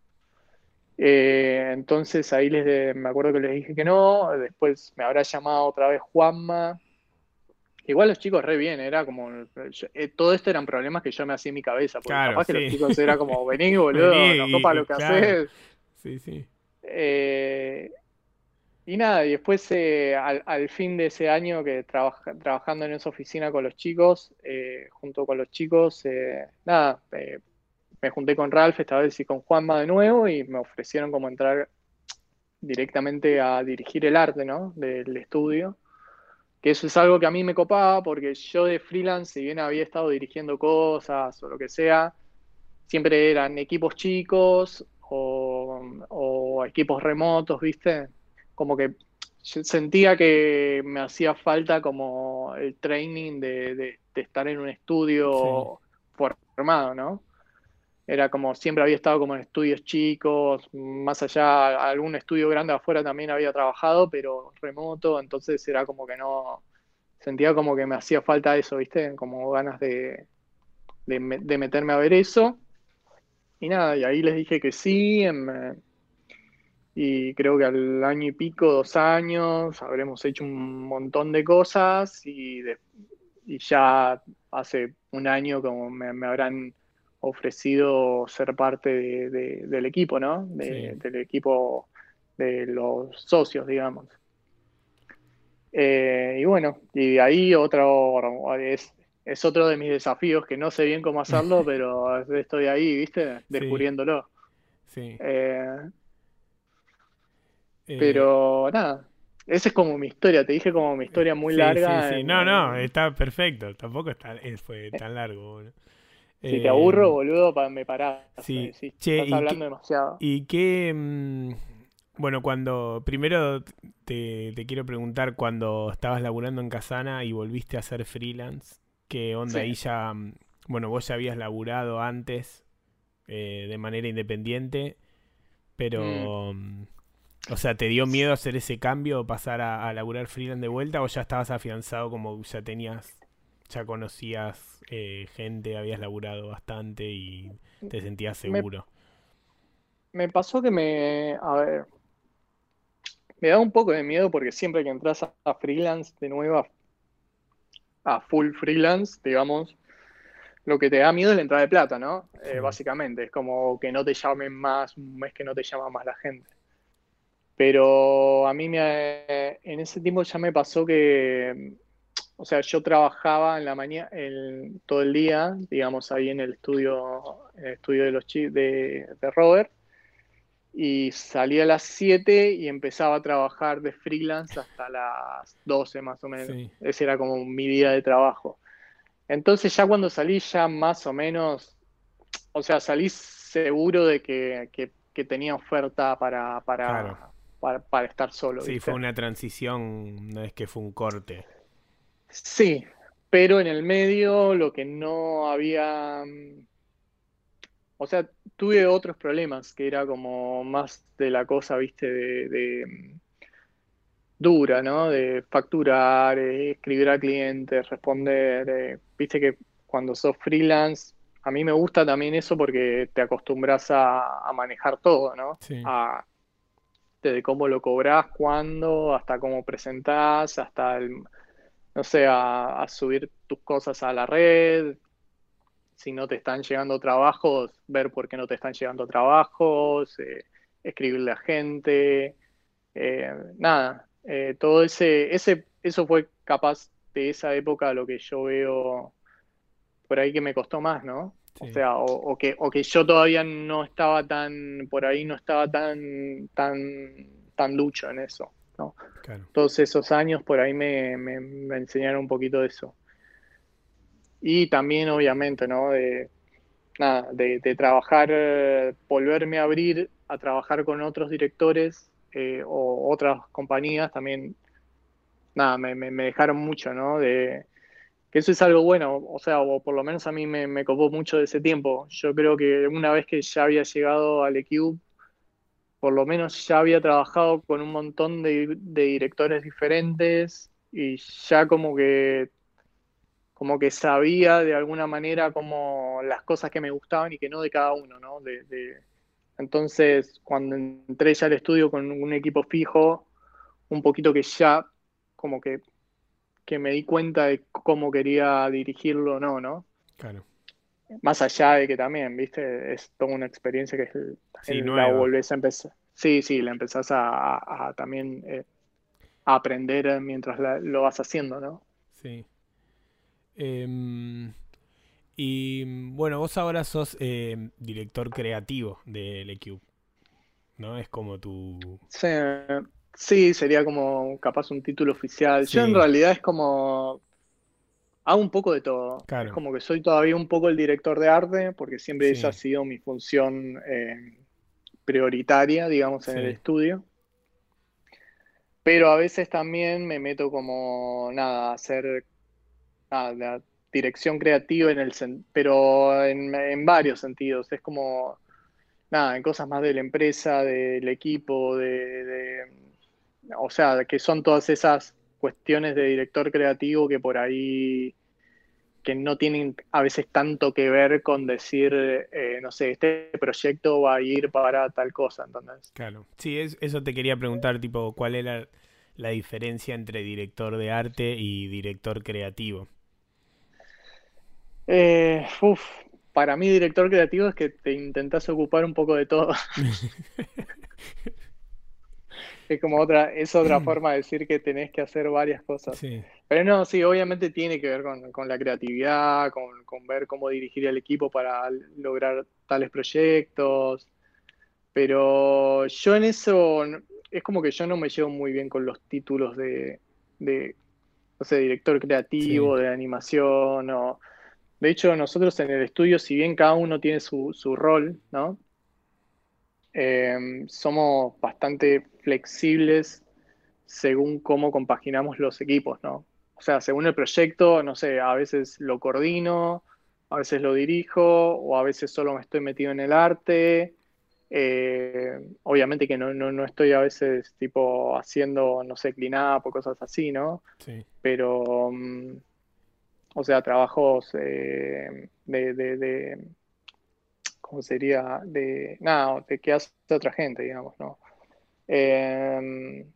Eh, entonces ahí les de- me acuerdo que les dije que no, después me habrá llamado otra vez Juanma. Igual los chicos re bien, era como, yo- eh, todo esto eran problemas que yo me hacía en mi cabeza, porque Claro, capaz que los sí. chicos era como, vení Vení boludo, nos copa y, y lo que claro. haces. Sí, sí. Eh, y nada, y después eh, al, al fin de ese año que trabaja- trabajando en esa oficina con los chicos, eh, junto con los chicos, eh, nada, eh, me junté con Ralph esta vez y con Juanma de nuevo y me ofrecieron como entrar directamente a dirigir el arte, ¿no? Del estudio. Que eso es algo que a mí me copaba porque yo de freelance, si bien había estado dirigiendo cosas o lo que sea, siempre eran equipos chicos o, o equipos remotos, ¿viste? Como que yo sentía que me hacía falta como el training de, de- de estar en un Sí. estudio formado, ¿no? Era como siempre había estado como en estudios chicos, más allá, algún estudio grande afuera también había trabajado, pero remoto, entonces era como que no, sentía como que me hacía falta eso, ¿viste? Como ganas de, de, me- de meterme a ver eso. Y nada, y ahí les dije que sí, em, eh, y creo que al año y pico, dos años, habremos hecho un montón de cosas y, de- y ya hace un año como me, me habrán ofrecido ser parte de- de- del equipo, ¿no? Sí. De- del equipo de los socios, digamos. Eh, y bueno, y de ahí otro, es, es otro de mis desafíos que no sé bien cómo hacerlo, pero estoy ahí, ¿viste? Sí, Descubriéndolo. sí. Eh, Eh, pero nada, esa es como mi historia, te dije como mi historia muy sí, sí, larga sí. en, No, no, en- está perfecto. Tampoco está, eh, fue tan largo, boludo. si te aburro, Eh, boludo, pa- me parás, me sí. decís, Che, estás ¿y qué, hablando demasiado. y qué, mm, bueno, cuando, primero te, te quiero preguntar, cuando estabas laburando en Casana y volviste a ser freelance, ¿qué onda? Sí. Ahí ya, mm, bueno, vos ya habías laburado antes eh, de manera independiente, Mm. pero, mm, o sea, ¿te dio miedo hacer ese cambio, pasar a, a laburar freelance de vuelta o ya estabas afianzado como ya tenías, ya conocías eh, gente, habías laburado bastante y te sentías Me, seguro? me pasó que me, a ver, me da un poco de miedo porque siempre que entras a, a freelance, de nuevo a, a full freelance, digamos, lo que te da miedo es la entrada de plata, ¿no? Eh, Sí, básicamente, es como que no te llamen más, un mes que no te llama más la gente. Pero a mí me, en ese tiempo ya me pasó que, o sea, yo trabajaba en la mañana, todo el día, digamos, ahí en el estudio, en el estudio de los chi- de, de Robert, y salía a las siete y empezaba a trabajar de freelance hasta las doce más o menos. sí. Ese era como mi día de trabajo. Entonces ya cuando salí ya más o menos, o sea, salí seguro de que, que- que tenía oferta para, Claro. para, para, para estar solo, Sí, fue ¿viste? una transición, no es que fue un corte. Sí, pero en el medio lo que no había, mm, o sea, tuve otros problemas que era como más de la cosa, ¿viste? De, de, mm, dura, ¿no? De facturar, eh, escribir a clientes, responder. Eh, viste que cuando sos freelance, a mí me gusta también eso porque te acostumbras a, a manejar todo, ¿no? Sí, A, desde cómo lo cobrás, cuándo, hasta cómo presentás, hasta el, no sé, a, a subir tus cosas a la red. Si no te están llegando trabajos, ver por qué no te están llegando trabajos, eh, escribirle a gente. Eh, nada, eh, todo ese, ese, eso fue capaz de esa época lo que yo veo por ahí que me costó más, ¿no? O sí, sea, o, o que, o que yo todavía no estaba tan, por ahí no estaba tan, tan, tan lucho en eso, ¿no? claro. Todos esos años por ahí me, me, me enseñaron un poquito de eso. Y también, obviamente, ¿no? De, nada, de, de trabajar, eh, volverme a abrir a trabajar con otros directores eh, o otras compañías también, nada, me, me, me dejaron mucho, ¿no? De, que eso es algo bueno, o sea, o por lo menos a mí me, me copó mucho de ese tiempo. Yo creo que una vez que ya había llegado al equipo, por lo menos ya había trabajado con un montón de, de directores diferentes y ya como que como que sabía de alguna manera como las cosas que me gustaban y que no de cada uno, ¿no? De, de... Entonces, cuando entré ya al estudio con un equipo fijo, un poquito que ya como que, que me di cuenta de cómo quería dirigirlo o no, ¿no? Claro. Más allá de que también, viste, es toda una experiencia que es el- Sí, el- la nueva. volvés a empezar. Sí, sí, la empezás a, a- a también eh, a aprender mientras la- lo vas haciendo, ¿no? Sí. Em, y bueno, vos ahora sos em, director creativo del equipo, ¿no? Es como tu... Sí, sí, sería como capaz un título oficial. Yo en Sí, realidad es como hago un poco de todo. Es claro. como que soy todavía un poco el director de arte, porque siempre esa ha Sí, sido mi función eh, prioritaria, digamos, en el sí, estudio. Pero a veces también me meto como, nada, a hacer nada, la dirección creativa en el sen- pero en, en varios sentidos. Es como, nada, en cosas más de la empresa, del equipo, de, de- o sea, que son todas esas cuestiones de director creativo que por ahí que no tienen a veces tanto que ver con decir, eh, no sé, este proyecto va a ir para tal cosa, entonces. claro. Sí, es, eso te quería preguntar, tipo, ¿cuál era la diferencia entre director de arte y director creativo? Eh, uf, para mí director creativo es que te intentás ocupar un poco de todo. Es como otra, es otra forma de decir que tenés que hacer varias cosas. Sí, Pero no, sí, obviamente tiene que ver con, con la creatividad, con, con ver cómo dirigir el equipo para lograr tales proyectos. Pero yo en eso, es como que yo no me llevo muy bien con los títulos de, de no sé, director sí, creativo, de animación. O... De hecho, nosotros en el estudio, si bien cada uno tiene su, su rol, ¿no? Eh, somos bastante flexibles según cómo compaginamos los equipos, ¿no? O sea, según el proyecto, no sé, a veces lo coordino, a veces lo dirijo, o a veces solo me estoy metido en el arte. Eh, obviamente que no, no, no estoy a veces tipo haciendo, no sé, clean up o cosas así, ¿no? sí, Pero, mm, o sea, trabajos eh, de, de, de, ¿cómo sería? De, nada, de que hace otra gente, digamos, ¿no? Eh,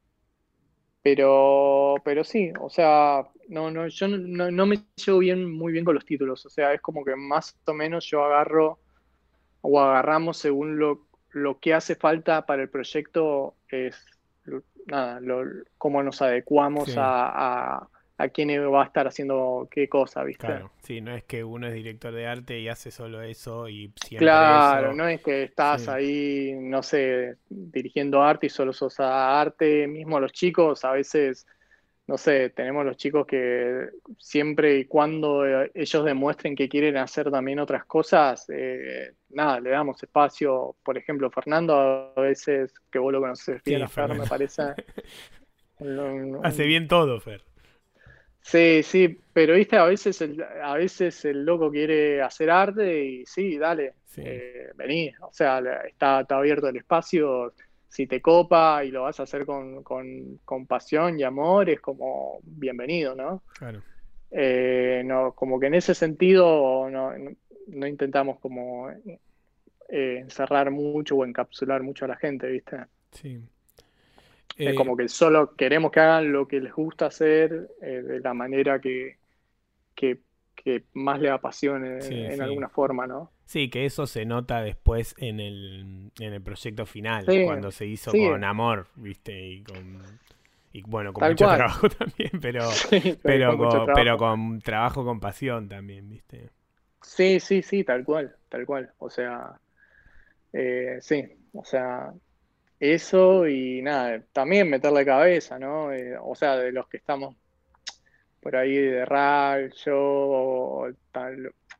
Pero, pero sí, o sea, no, no, yo no, no- no me llevo bien, muy bien con los títulos. O sea, es como que más o menos yo agarro o agarramos según lo, lo que hace falta para el proyecto, es lo- nada, lo, cómo nos adecuamos sí. a, a, a quién va a estar haciendo qué cosa, ¿viste? Claro, sí, no es que uno es director de arte y hace solo eso y siempre Claro, eso. no es que estás Sí, ahí, no sé, dirigiendo arte y solo sos a arte, mismo los chicos a veces no sé, tenemos los chicos que siempre y cuando eh, ellos demuestren que quieren hacer también otras cosas, eh, nada, le damos espacio. Por ejemplo, Fernando, a veces, que vos lo conoces bien sí, a Fer, me Fernando. parece. un- Hace un- bien todo, Fer. Sí, sí, pero viste, a veces el, a veces el loco quiere hacer arte y sí, dale, Sí, eh, vení. O sea, le- está, está abierto el espacio. Si te copa y lo vas a hacer con, con, con pasión y amor, es como bienvenido, ¿no? claro. Eh, no, como que en ese sentido no, no, no intentamos como eh, encerrar mucho o encapsular mucho a la gente, ¿viste? Sí. Es Eh, como que solo queremos que hagan lo que les gusta hacer eh, de la manera que, que, que más les apasione sí, en sí. alguna forma, ¿no? Sí, que eso se nota después en el, en el proyecto final, Sí, cuando se hizo sí, con amor, ¿viste? Y con y bueno, con tal mucho cual. trabajo también, pero Sí, pero pero con mucho con, pero trabajo. con trabajo con pasión también, ¿viste? Sí, sí, sí, tal cual, tal cual. O sea, eh, sí, o sea, eso y nada, también meterle cabeza, ¿no? Eh, o sea, de los que estamos por ahí de rap, yo, tal.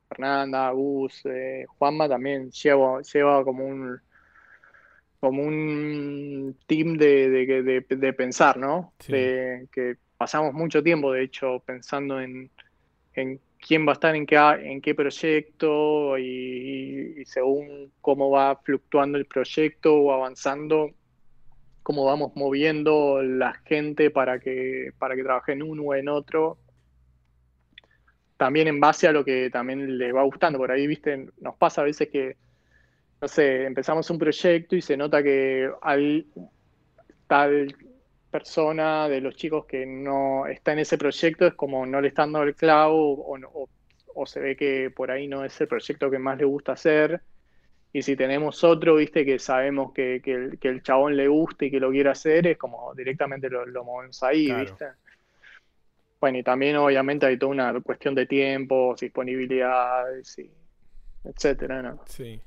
Fernanda, Gus, eh, Juanma también lleva, lleva como un, como un team de, de, de, de pensar, ¿no? Sí, De que pasamos mucho tiempo, de hecho, pensando en, en quién va a estar en qué, en qué proyecto y, y según cómo va fluctuando el proyecto o avanzando, cómo vamos moviendo la gente para que, para que trabaje en uno o en otro, también en base a lo que también les va gustando. Por ahí, viste, nos pasa a veces que, no sé, empezamos un proyecto y se nota que hay tal persona de los chicos que no está en ese proyecto, es como no le están dando el clavo o, o, o se ve que por ahí no es el proyecto que más le gusta hacer. Y si tenemos otro, viste, que sabemos que, que, el, que el chabón le gusta y que lo quiere hacer, es como directamente lo, lo movemos ahí, claro. viste. Bueno, y también obviamente hay toda una cuestión de tiempos, disponibilidades, y etcétera, ¿no? Sí.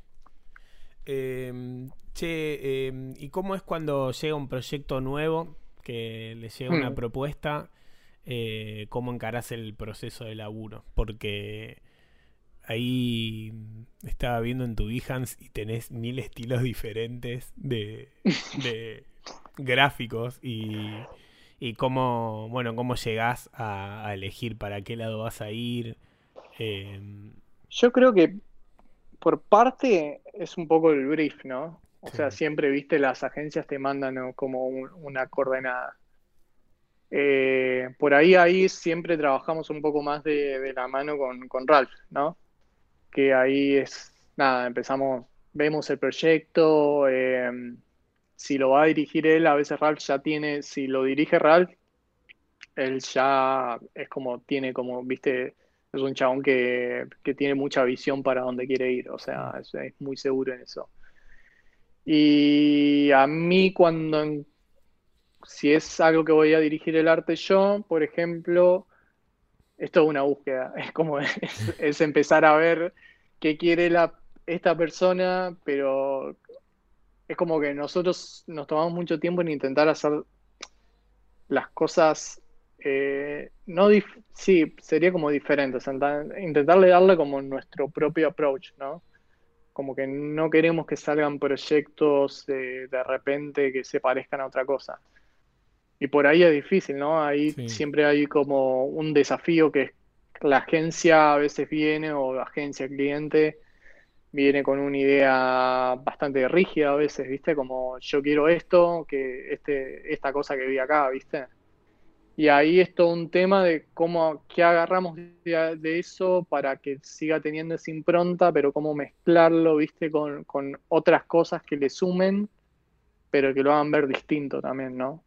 Eh, che, eh, ¿y cómo es cuando llega un proyecto nuevo, que le llega una Hmm. propuesta? Eh, ¿cómo encarás el proceso de laburo? Porque ahí estaba viendo en tu Behance y tenés mil estilos diferentes de, de gráficos y, y cómo, bueno, cómo llegás a, a elegir para qué lado vas a ir. Eh, Yo creo que por parte es un poco el brief, ¿no? O sea, sí, siempre, viste, las agencias te mandan, ¿no?, como un- una coordenada. Eh, por ahí, ahí siempre trabajamos un poco más de, de la mano con, con Ralph, ¿no? Que ahí es, nada, empezamos, vemos el proyecto, eh, si lo va a dirigir él, a veces Ralph ya tiene, si lo dirige Ralph, él ya es como, tiene como, viste, es un chabón que, que tiene mucha visión para dónde quiere ir, o sea, es, es muy seguro en eso. Y a mí cuando, si es algo que voy a dirigir el arte yo, por ejemplo, es toda una búsqueda, es como, es, es empezar a ver qué quiere la, esta persona, pero es como que nosotros nos tomamos mucho tiempo en intentar hacer las cosas, eh, no dif- sí, sería como diferente, o sea, intentarle darle como nuestro propio approach, ¿no? Como que no queremos que salgan proyectos de, de repente que se parezcan a otra cosa. Y por ahí es difícil, ¿no? Ahí sí, siempre hay como un desafío que es la agencia a veces viene, o la agencia cliente viene con una idea bastante rígida a veces, ¿viste? Como yo quiero esto, que este, esta cosa que vi acá, ¿viste? Y ahí es todo un tema de cómo, qué agarramos de, de eso para que siga teniendo esa impronta, pero cómo mezclarlo, ¿viste? Con, con otras cosas que le sumen, pero que lo hagan ver distinto también, ¿no?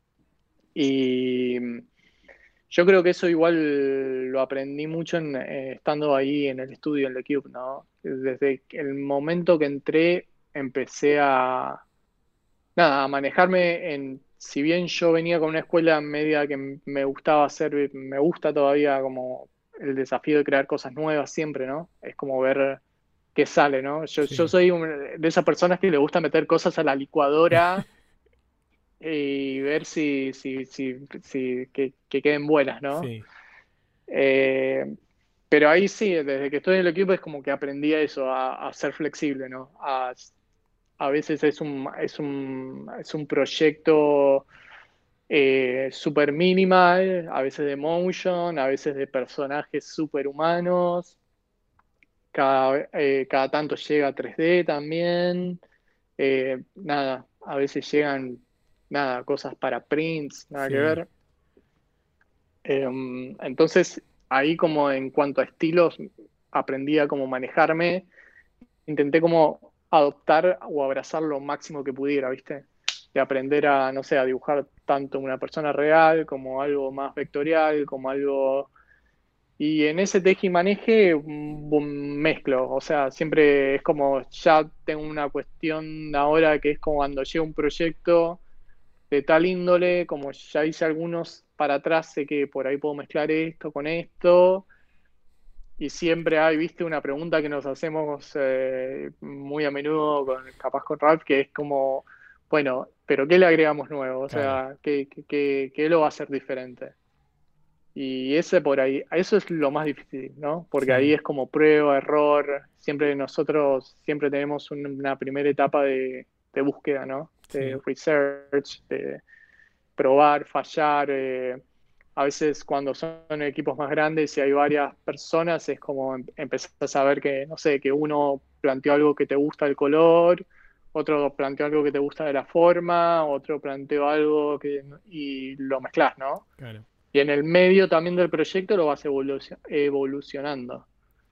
Y yo creo que eso igual lo aprendí mucho en, eh, estando ahí en el estudio, en el Cube, ¿no? Desde el momento que entré, empecé a, nada, a manejarme en, si bien yo venía con una escuela media que m- me gustaba hacer, me gusta todavía como el desafío de crear cosas nuevas siempre, ¿no? Es como ver qué sale, ¿no? Yo, yo sí. soy un- de esas personas que le gusta meter cosas a la licuadora y ver si, si, si, si que, que queden buenas, ¿no? Sí, Eh, pero ahí sí, desde que estoy en el equipo es como que aprendí a eso, a, a ser flexible, ¿no? A, a veces es un, es un, es un proyecto eh, súper minimal, a veces de motion, a veces de personajes súper humanos, cada, eh, cada tanto llega a tres D también, eh, nada, a veces llegan, nada, cosas para prints, nada que sí. ver. Eh, entonces, ahí como en cuanto a estilos, aprendí a cómo manejarme, intenté como adoptar o abrazar lo máximo que pudiera, ¿viste? De aprender a, no sé, a dibujar tanto una persona real como algo más vectorial, como algo... Y en ese teje y maneje mm, mezclo, o sea, siempre es como, ya tengo una cuestión ahora que es como cuando llega un proyecto de tal índole, como ya hice algunos para atrás, sé que por ahí puedo mezclar esto con esto, y siempre hay, viste, una pregunta que nos hacemos eh, muy a menudo, con, capaz con Ralph, que es como, bueno, pero ¿qué le agregamos nuevo? O Claro. sea, ¿qué, qué, qué- qué lo va a hacer diferente? Y ese por ahí, eso es lo más difícil, ¿no? Porque ahí Sí, es como prueba, error. Siempre nosotros siempre tenemos un- una primera etapa de, de búsqueda, ¿no? De sí. research, de probar, fallar. eh, A veces cuando son equipos más grandes y hay varias personas, es como em- empezás a ver que, no sé, que uno planteó algo que te gusta el color, otro planteó algo que te gusta de la forma, otro planteó algo que, y lo mezclas, ¿no? Claro. Y en el medio también del proyecto lo vas evolucio- evolucionando.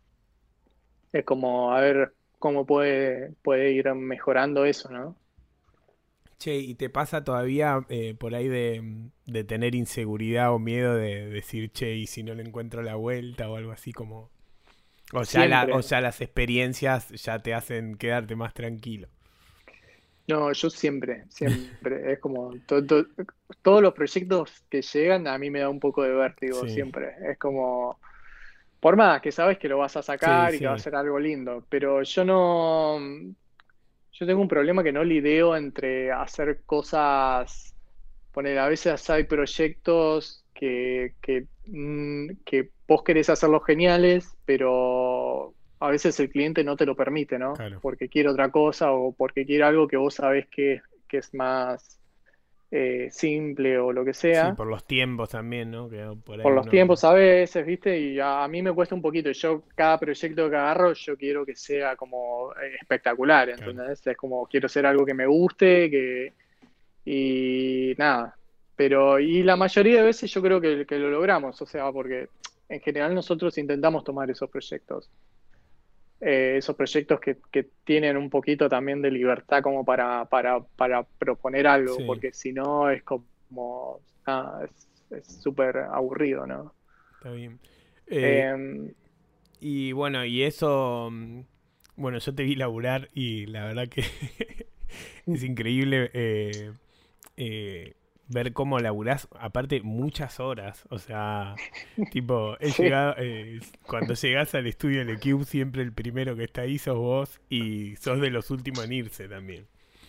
Es como a ver cómo puede, puede ir mejorando eso, ¿no? Che, ¿y te pasa todavía eh, por ahí de, de tener inseguridad o miedo de decir, che, y si no le encuentro la vuelta o algo así como... O ya, la, o Siempre. ya las experiencias ya te hacen quedarte más tranquilo. No, yo siempre, siempre. Es como to- to- todos los proyectos que llegan a mí me da un poco de vértigo, Sí, siempre. Es como, por más que sabes que lo vas a sí, sacar y que va a sí. ser algo lindo, pero yo no, yo tengo un problema que no lidio entre hacer cosas. Poner, a veces hay proyectos que, que, mm, que vos querés hacerlos geniales, pero a veces el cliente no te lo permite, ¿no? Claro. Porque quiere otra cosa o porque quiere algo que vos sabés que, que es más eh, simple o lo que Sí, sea. por los tiempos también, ¿no? Que por Por ahí los uno... tiempos a veces, ¿viste? Y a, a mí me cuesta un poquito. Yo, cada proyecto que agarro, yo quiero que sea como eh, espectacular, Claro. ¿entendés? Es como quiero hacer algo que me guste, que, y nada, pero y la mayoría de veces yo creo que, que lo logramos, o sea, porque en general nosotros intentamos tomar esos proyectos, eh, esos proyectos que, que tienen un poquito también de libertad como para, para, para proponer algo, Sí, porque si no es como, nada, es es súper aburrido, ¿no? está bien. Eh, Eh, y bueno, y eso... mm, Bueno, yo te vi laburar y la verdad que es increíble eh, eh, ver cómo laburás, aparte muchas horas, o sea, tipo, he sí, llegado, eh, cuando llegás al estudio del Cube siempre el primero que está ahí sos vos y sos de los últimos en irse también.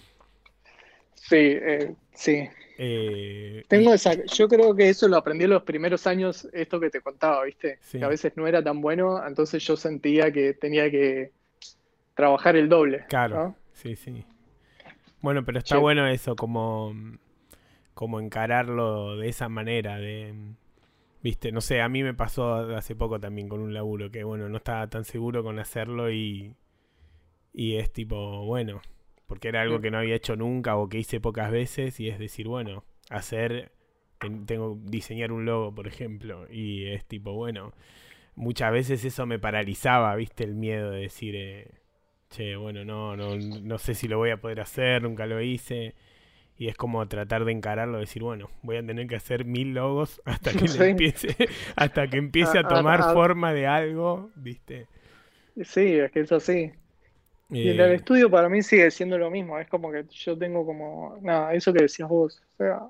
sí, eh, sí. Eh, y Tengo esa, yo creo que eso lo aprendí en los primeros años, esto que te contaba, ¿viste? Que a sí, veces no era tan bueno, entonces yo sentía que tenía que trabajar el doble, claro, ¿no? sí, sí. Bueno, pero está Che, bueno eso, como, como encararlo de esa manera, de, viste, no sé, a mí me pasó hace poco también con un laburo que, bueno, no estaba tan seguro con hacerlo y Y es tipo, bueno, porque era algo mm, que no había hecho nunca o que hice pocas veces y es decir, bueno, hacer, ten- tengo diseñar un logo, por ejemplo, y es tipo, bueno, muchas veces eso me paralizaba, viste, el miedo de decir, eh, che, bueno, no, no, no sé si lo voy a poder hacer, nunca lo hice. Y es como tratar de encararlo, decir, bueno, voy a tener que hacer mil logos hasta que le sí, empiece, hasta que a- empiece a tomar a- a- forma de algo, ¿viste? sí, es que es así. Y en el Eh, estudio para mí sigue siendo lo mismo, es como que yo tengo como, nada, eso que decías vos, o sea,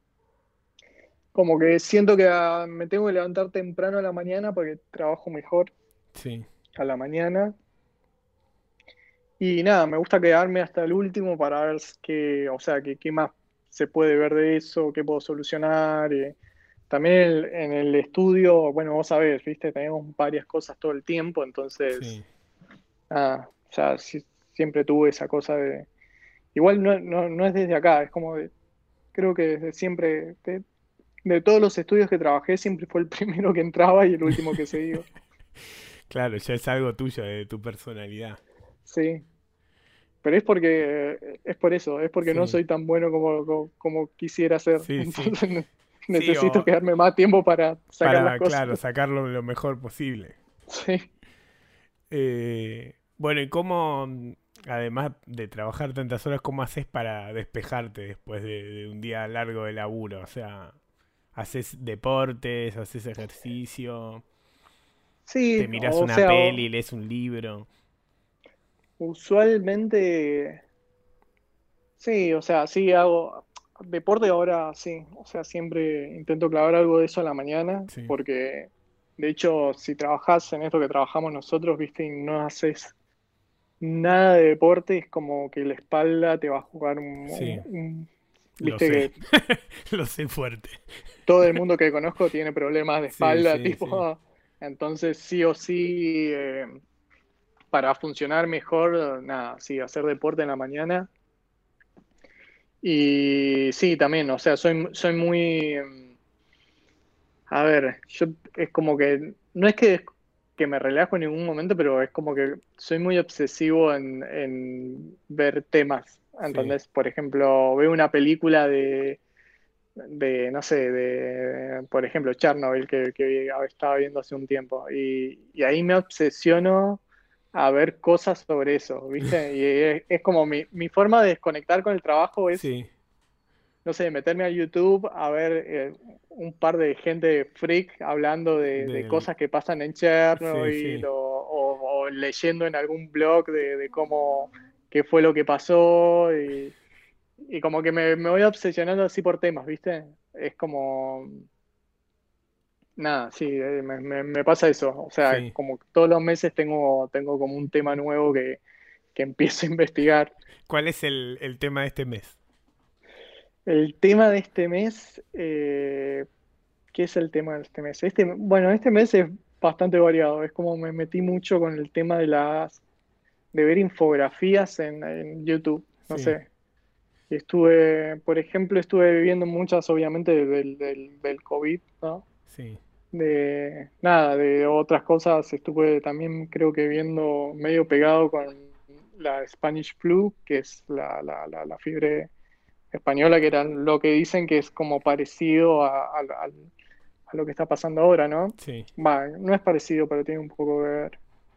como que siento que ah, me tengo que levantar temprano a la mañana porque trabajo mejor sí, a la mañana. Y nada, me gusta quedarme hasta el último para ver qué, o sea, qué, qué más se puede ver de eso, qué puedo solucionar. eh. También el- en el estudio, bueno, vos sabés, viste, tenemos varias cosas todo el tiempo, entonces, sí. nada, o sea, sí- siempre tuve esa cosa de... Igual no, no, no es desde acá, es como de, creo que desde siempre, de, de todos los estudios que trabajé, siempre fue el primero que entraba y el último que se iba. Claro, ya es algo tuyo, de tu personalidad. Sí. Pero es porque, es por eso, es porque no Sí, soy tan bueno como, como, como quisiera ser. sí, sí. Entonces ne- Sí, necesito o quedarme más tiempo para sacar las para, cosas. claro, sacarlo lo mejor posible. Sí. Eh, bueno, ¿y cómo, mm, además de trabajar tantas horas, cómo haces para despejarte después de, de un día largo de laburo? O sea, ¿haces deportes, haces ejercicio, te Sí, miras o una sea, peli, lees un libro? usualmente, sí, o sea, sí hago deporte ahora, sí, o sea, siempre intento clavar algo de eso a la mañana, Sí, porque de hecho, si trabajas en esto que trabajamos nosotros, viste, y no haces nada de deporte, es como que la espalda te va a jugar un, sí. un- Lo Viste sé. que Lo sé fuerte. todo el mundo que conozco tiene problemas de Sí, espalda, sí, sí. tipo, entonces sí o sí, eh, para funcionar mejor, nada, sí, hacer deporte en la mañana. Y sí, también, o sea, soy, soy muy, mm, a ver, yo es como que, no es que, que me relajo en ningún momento, pero es como que soy muy obsesivo en, en ver temas, Sí, ¿entendés? Por ejemplo, veo una película de de, no sé, de, por ejemplo, Chernobyl, que, que estaba viendo hace un tiempo. Y, y ahí me obsesiono a ver cosas sobre eso, ¿viste? Y es, es como mi, mi forma de desconectar con el trabajo es, sí, no sé, meterme a YouTube a ver eh, un par de gente freak hablando de, de del, cosas que pasan en sí, Chernobyl sí, o, o- o leyendo en algún blog de, de cómo, qué fue lo que pasó y y como que me, me voy obsesionando así por temas, ¿viste? Es como, nada, sí, eh, me, me- me pasa eso. O sea, sí. como todos los meses tengo, tengo como un tema nuevo que, que empiezo a investigar. ¿Cuál es el, el tema de este mes? El tema de este mes, eh, ¿qué es el tema de este mes? Este, bueno, este mes es bastante variado. Es como me metí mucho con el tema de las, de ver infografías en, en YouTube. No Sí, sé. Estuve, por ejemplo, estuve viendo muchas, obviamente, del, del, del COVID, ¿no? sí, De nada, de otras cosas estuve también creo que viendo medio pegado con la Spanish Flu, que es la, la, la, la fiebre española, que era lo que dicen que es como parecido a, a, a- a lo que está pasando ahora, ¿no? sí. Va, no es parecido, pero tiene un poco que ver.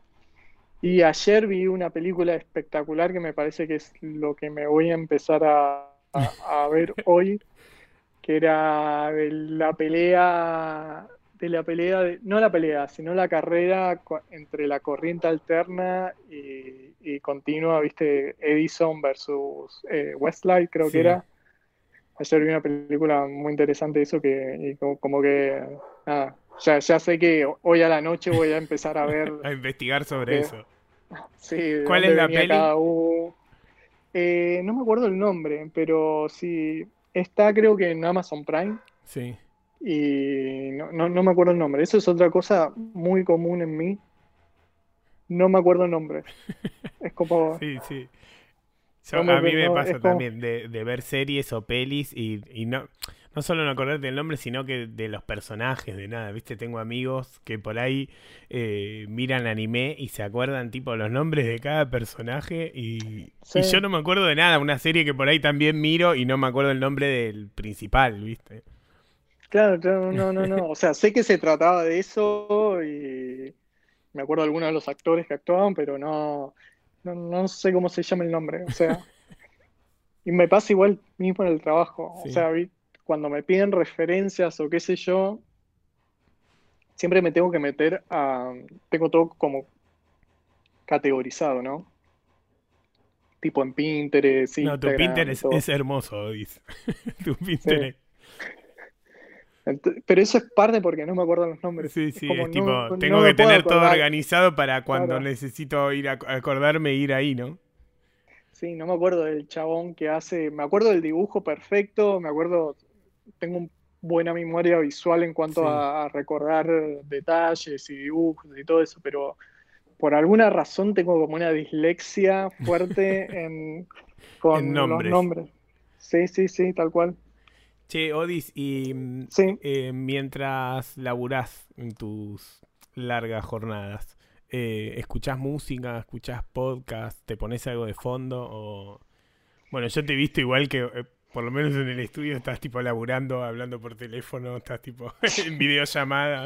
Y ayer vi una película espectacular que me parece que es lo que me voy a empezar a, a a ver hoy, que era de la pelea, de la pelea, de- no la pelea, sino la carrera co- entre la corriente alterna y, y continua, viste, Edison versus eh, Westlife, creo que Sí, era. Ayer vi una película muy interesante de eso que, y como, como que, nada, ya, ya sé que hoy a la noche voy a empezar a ver a investigar sobre de, eso. sí, de ¿Cuál es dónde la venía peli? cada uno. Eh, no me acuerdo el nombre, pero sí, está creo que en Amazon Prime. Sí, Y no, no, no me acuerdo el nombre. Eso es otra cosa muy común en mí. No me acuerdo el nombre. Es como, sí, sí. Yo- no me, a mí me no, es pasa como, también de, de ver series o pelis y, y no, no solo no acordarte del nombre, sino que de los personajes, de nada, ¿viste? Tengo amigos que por ahí eh, miran anime y se acuerdan tipo los nombres de cada personaje y, sí, y yo no me acuerdo de nada, una serie que por ahí también miro y no me acuerdo el nombre del principal, ¿viste? claro, claro, no, no, no. O sea, sé que se trataba de eso y me acuerdo de algunos de los actores que actuaban, pero no, no, no sé cómo se llama el nombre. O sea, y me pasa igual mismo en el trabajo. O Sí, sea, vi- cuando me piden referencias o qué sé yo, siempre me tengo que meter a, tengo todo como categorizado, ¿no? Tipo en Pinterest, no, tu Instagram, Pinterest es todo. hermoso, dice. Tu Sí. Pinterest. Ent- pero eso es parte porque no me acuerdo los nombres. Sí, Es sí, como es no, tipo, no tengo que me puedo tener todo acordar. organizado para cuando Claro. necesito ir a acordarme ir ahí, ¿no? Sí, no me acuerdo del chabón que hace. Me acuerdo del dibujo perfecto, me acuerdo. Tengo una buena memoria visual en cuanto Sí, a, a recordar detalles y dibujos y todo eso, pero por alguna razón tengo como una dislexia fuerte en, en con los nombres. nombres. Sí, sí, sí, tal cual. Che, Odis, y mm, Sí. eh, mientras laburás en tus largas jornadas, eh, ¿escuchás música, escuchás podcast, te pones algo de fondo? O... Bueno, yo te he visto igual que, eh, por lo menos en el estudio, estás tipo laburando, hablando por teléfono, estás tipo en videollamadas.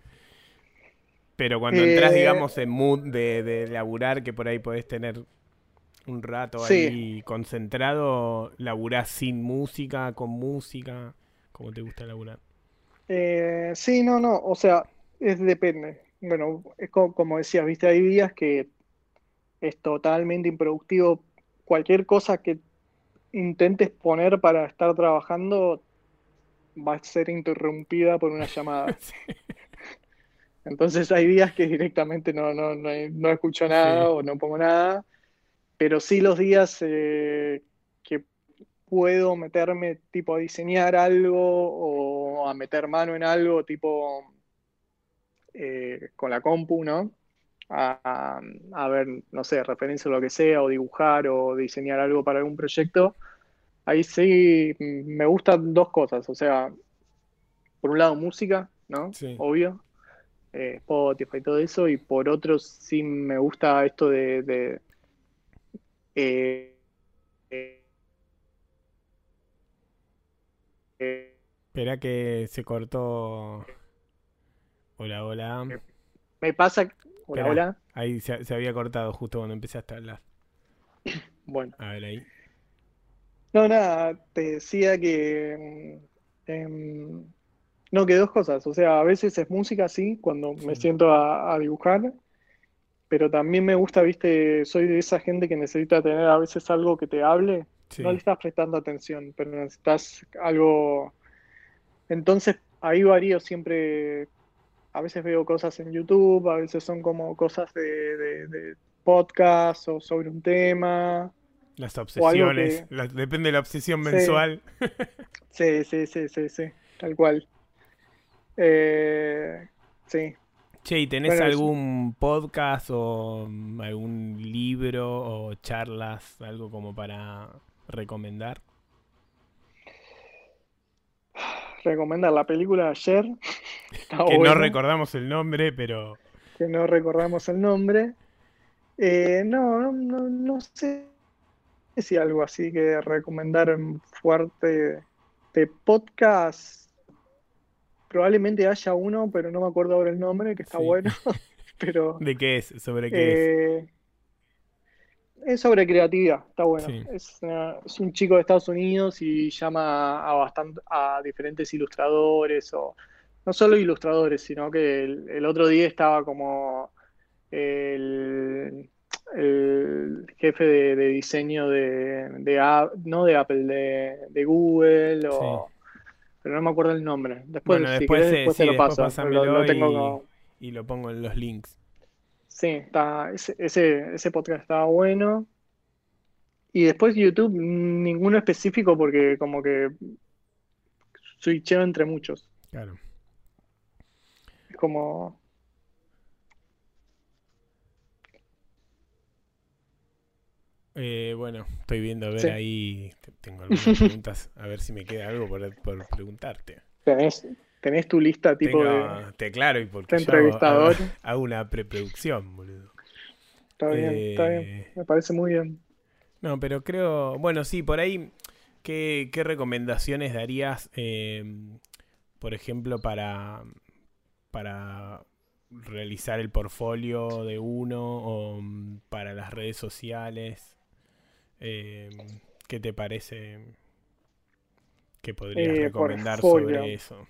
Pero cuando entras, Eh, digamos, en mood de, de laburar, que por ahí podés tener un rato sí. ahí concentrado, laburás sin música, con música, ¿cómo te gusta laburar? Eh, sí, no, no, o sea, es depende. Bueno, es co- como decías, viste, hay días que es totalmente improductivo. Cualquier cosa que intentes poner para estar trabajando va a ser interrumpida por una llamada. Entonces hay días que directamente no, no, no, no escucho nada Sí, o no pongo nada, pero sí los días eh, que puedo meterme tipo a diseñar algo o a meter mano en algo tipo eh, con la compu, ¿no? A, a- a ver, no sé, referencia o lo que sea, o dibujar o diseñar algo para algún proyecto, ahí sí mm, me gustan dos cosas, o sea, por un lado música, ¿no? Sí. Obvio, eh, Spotify y todo eso, y por otro sí me gusta esto de, de, eh, eh, eh, Espera que se cortó. Hola, hola. me pasa, hola, Espera, hola, ahí se, se había cortado justo cuando empezaste a hablar. bueno, A ver ahí. no, nada, te decía que, mm, em, no, que dos cosas, o sea, a veces es música, sí, cuando me Sí, siento a, a dibujar, pero también me gusta, viste, soy de esa gente que necesita tener a veces algo que te hable, no le sí. estás prestando atención, pero necesitas algo, entonces ahí varío siempre, a veces veo cosas en YouTube, a veces son como cosas de, de, de podcast o sobre un tema, Las o algo obsesiones. que, la- depende de la obsesión sí, mensual. sí, sí, sí, sí, sí, tal cual. Eh, sí, Che, ¿y tenés bueno, es- algún podcast o mm, algún libro o charlas, algo como para recomendar? recomendar la película de ayer, está Que no buena, recordamos el nombre, pero que no recordamos el nombre. Eh, no, no, no, no sé si algo así que recomendar fuerte de podcast. Probablemente haya uno, pero no me acuerdo ahora el nombre, que está sí. bueno. Pero ¿De qué es? ¿Sobre qué es? eh, es sobre creatividad, está bueno. Sí, Es, eh, es un chico de Estados Unidos y llama a bastante, a diferentes ilustradores, o no solo ilustradores, sino que el, el otro día estaba como el, el jefe de, de diseño de, de A- no de Apple, de, de Google, sí. o, pero no me acuerdo el nombre. Bueno, Después, si después querés, eh, después te sí, lo después paso. Lo, lo pásamelo tengo y, como... y lo pongo en los links. Sí, está, ese, ese, ese podcast estaba bueno. Y después YouTube, mm, ninguno específico porque como que switcheo entre muchos. Claro. Es como... Eh, bueno, estoy viendo a ver Sí, ahí. te- Tengo algunas preguntas, a ver si me queda algo por, por preguntarte. tenés, tenés tu lista tipo de, Tengo, te claro, y de porque yo hago, hago, entrevistador. hago una preproducción, boludo. Está bien, está bien. Eh, Me parece muy bien. no, pero creo, bueno, sí, por ahí, ¿qué, qué recomendaciones darías, eh, por ejemplo, para, para realizar el portfolio de uno o mm, para las redes sociales? Eh, ¿Qué te parece que podrías Eh, recomendar sobre portfolio. eso?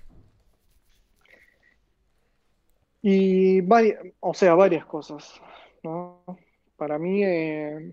Y varias, o sea, varias cosas, ¿no? Para mí, eh,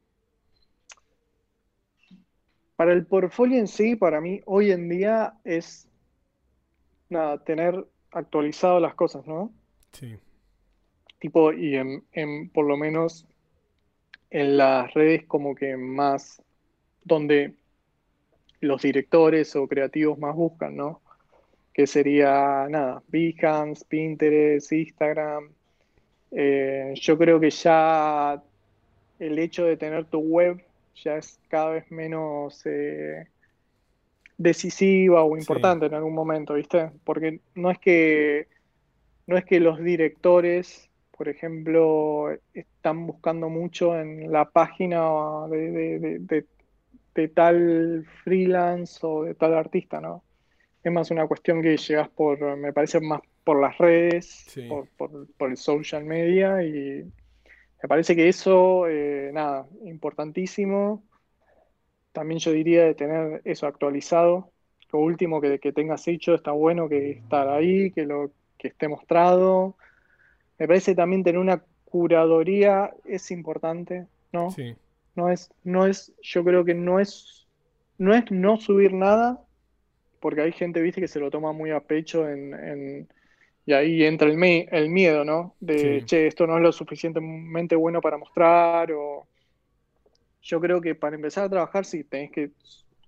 para el portfolio en sí, para mí hoy en día es nada, tener actualizado las cosas, ¿no? Sí, Tipo, y en, en por lo menos en las redes como que más donde los directores o creativos más buscan, ¿no? Que sería, nada, Behance, Pinterest, Instagram. Eh, yo creo que ya el hecho de tener tu web ya es cada vez menos eh, decisiva o sí, importante en algún momento, ¿viste? Porque no es que, no es que los directores, por ejemplo, están buscando mucho en la página de, de- de- de- de tal freelance o de tal artista, ¿no? Es más una cuestión que llegas por, me parece más por las redes, sí. por, por, por el social media y me parece que eso, eh, nada, importantísimo. También yo diría de tener eso actualizado. Lo último que, que tengas hecho está bueno que estar ahí, que lo que esté mostrado. Me parece también tener una curaduría es importante, ¿no? Sí, No es, no es, yo creo que no es, no es no subir nada, porque hay gente, viste, que se lo toma muy a pecho en, en- y ahí entra el, me- el miedo, ¿no? De, sí, che, esto no es lo suficientemente bueno para mostrar, o yo creo que para empezar a trabajar sí tenés que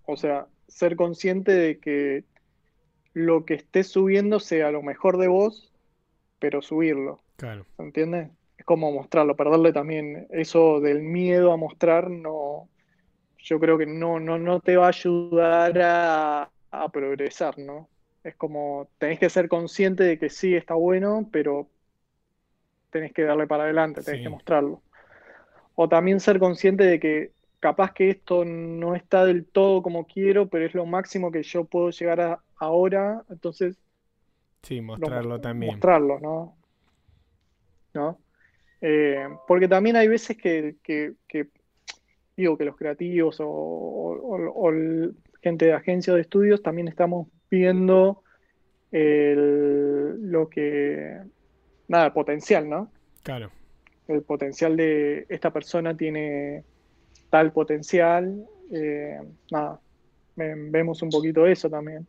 O sea, ser consciente de que lo que estés subiendo sea lo mejor de vos, pero subirlo. Claro. ¿Entiendes? Es como mostrarlo, perderle también eso del miedo a mostrar, no, yo creo que no, no, no te va a ayudar a, a progresar, ¿no? Es como, tenés que ser consciente de que sí está bueno, pero tenés que darle para adelante, tenés que Sí. mostrarlo. O también ser consciente de que capaz que esto no está del todo como quiero, pero es lo máximo que yo puedo llegar a ahora, entonces Sí, lo, mos- mostrarlo también. mostrarlo, ¿no? ¿No? Eh, porque también hay veces que, que- que digo que los creativos o, o- o el- gente de agencias de estudios también estamos viendo el- lo que, nada, potencial, ¿no? Claro. El potencial de esta persona tiene tal potencial, eh, nada, ve- vemos un poquito eso también.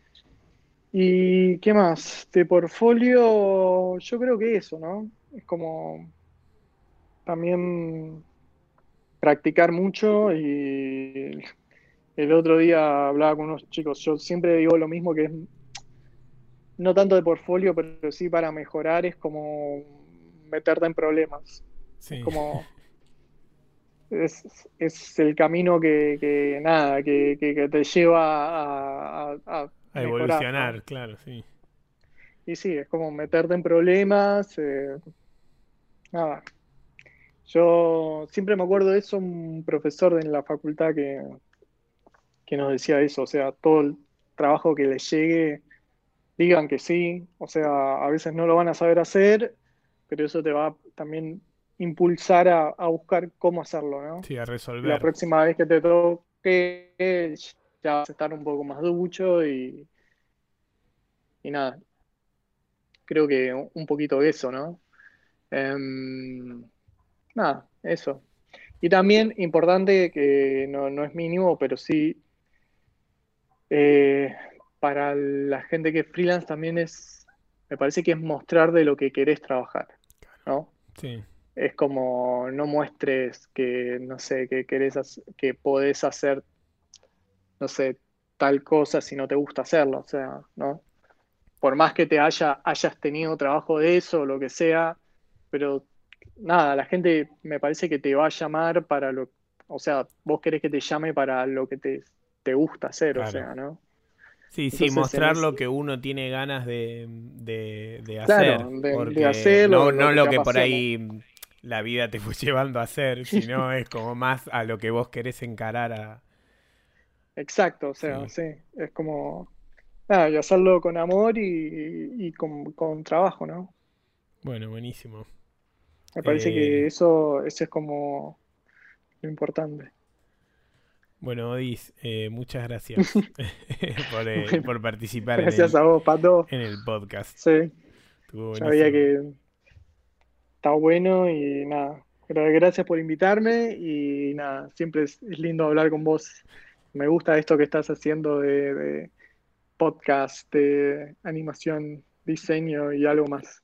¿Y qué más? De portfolio, yo creo que eso, ¿no? Es como también practicar mucho y el otro día hablaba con unos chicos, yo siempre digo lo mismo que es, no tanto de portfolio, pero sí para mejorar, es como meterte en problemas. Es Sí. como, es, es el camino que, que nada, que, que- que te lleva a, a- a A mejorar, ¿no? evolucionar, claro, sí. Y sí, es como meterte en problemas, eh, nada. Yo siempre me acuerdo de eso, un profesor en la facultad que, que nos decía eso, o sea, todo el trabajo que les llegue digan que sí, o sea, a veces no lo van a saber hacer, pero eso te va a también impulsar a, a buscar cómo hacerlo, ¿no? Sí, a Y la resolver. próxima vez que te toque, ya vas a estar un poco más ducho y, y nada, creo que un un poquito de eso, ¿no? Em, nada, eso. Y también importante, que no, no es mínimo, pero sí eh, para la gente que es freelance también es, me parece que es mostrar de lo que querés trabajar, ¿no? Sí, Es como no muestres que, no sé, que querés, hac- que podés hacer, no sé, tal cosa si no te gusta hacerlo, o sea, ¿no? Por más que te haya, hayas tenido trabajo de eso o lo que sea, pero nada, la gente me parece que te va a llamar para lo, o sea, vos querés que te llame para lo que te, te gusta hacer, o claro. sea, ¿no? Sí, sí, Entonces, en mostrar ese, lo que uno tiene ganas de, de, de claro, hacer, de, de porque hacerlo, no, lo no que lo te que por apasiona. ahí la vida te fue llevando a hacer, sino es como más a lo que vos querés encarar a... Exacto, o sea, Sí, sí, es como, nada, y hacerlo con amor y, y con, con trabajo, ¿no? bueno, buenísimo. Me parece Eh, que eso, eso es como lo importante. bueno, Odis, eh, muchas gracias por, eh, Bueno, por participar en gracias el, a vos, Pato. en el podcast. Sí, Estuvo ya veía buenísimo. que está bueno y nada, gra- gracias por invitarme y nada, siempre es, es lindo hablar con vos. Me gusta esto que estás haciendo de, de podcast, de animación, diseño y algo más.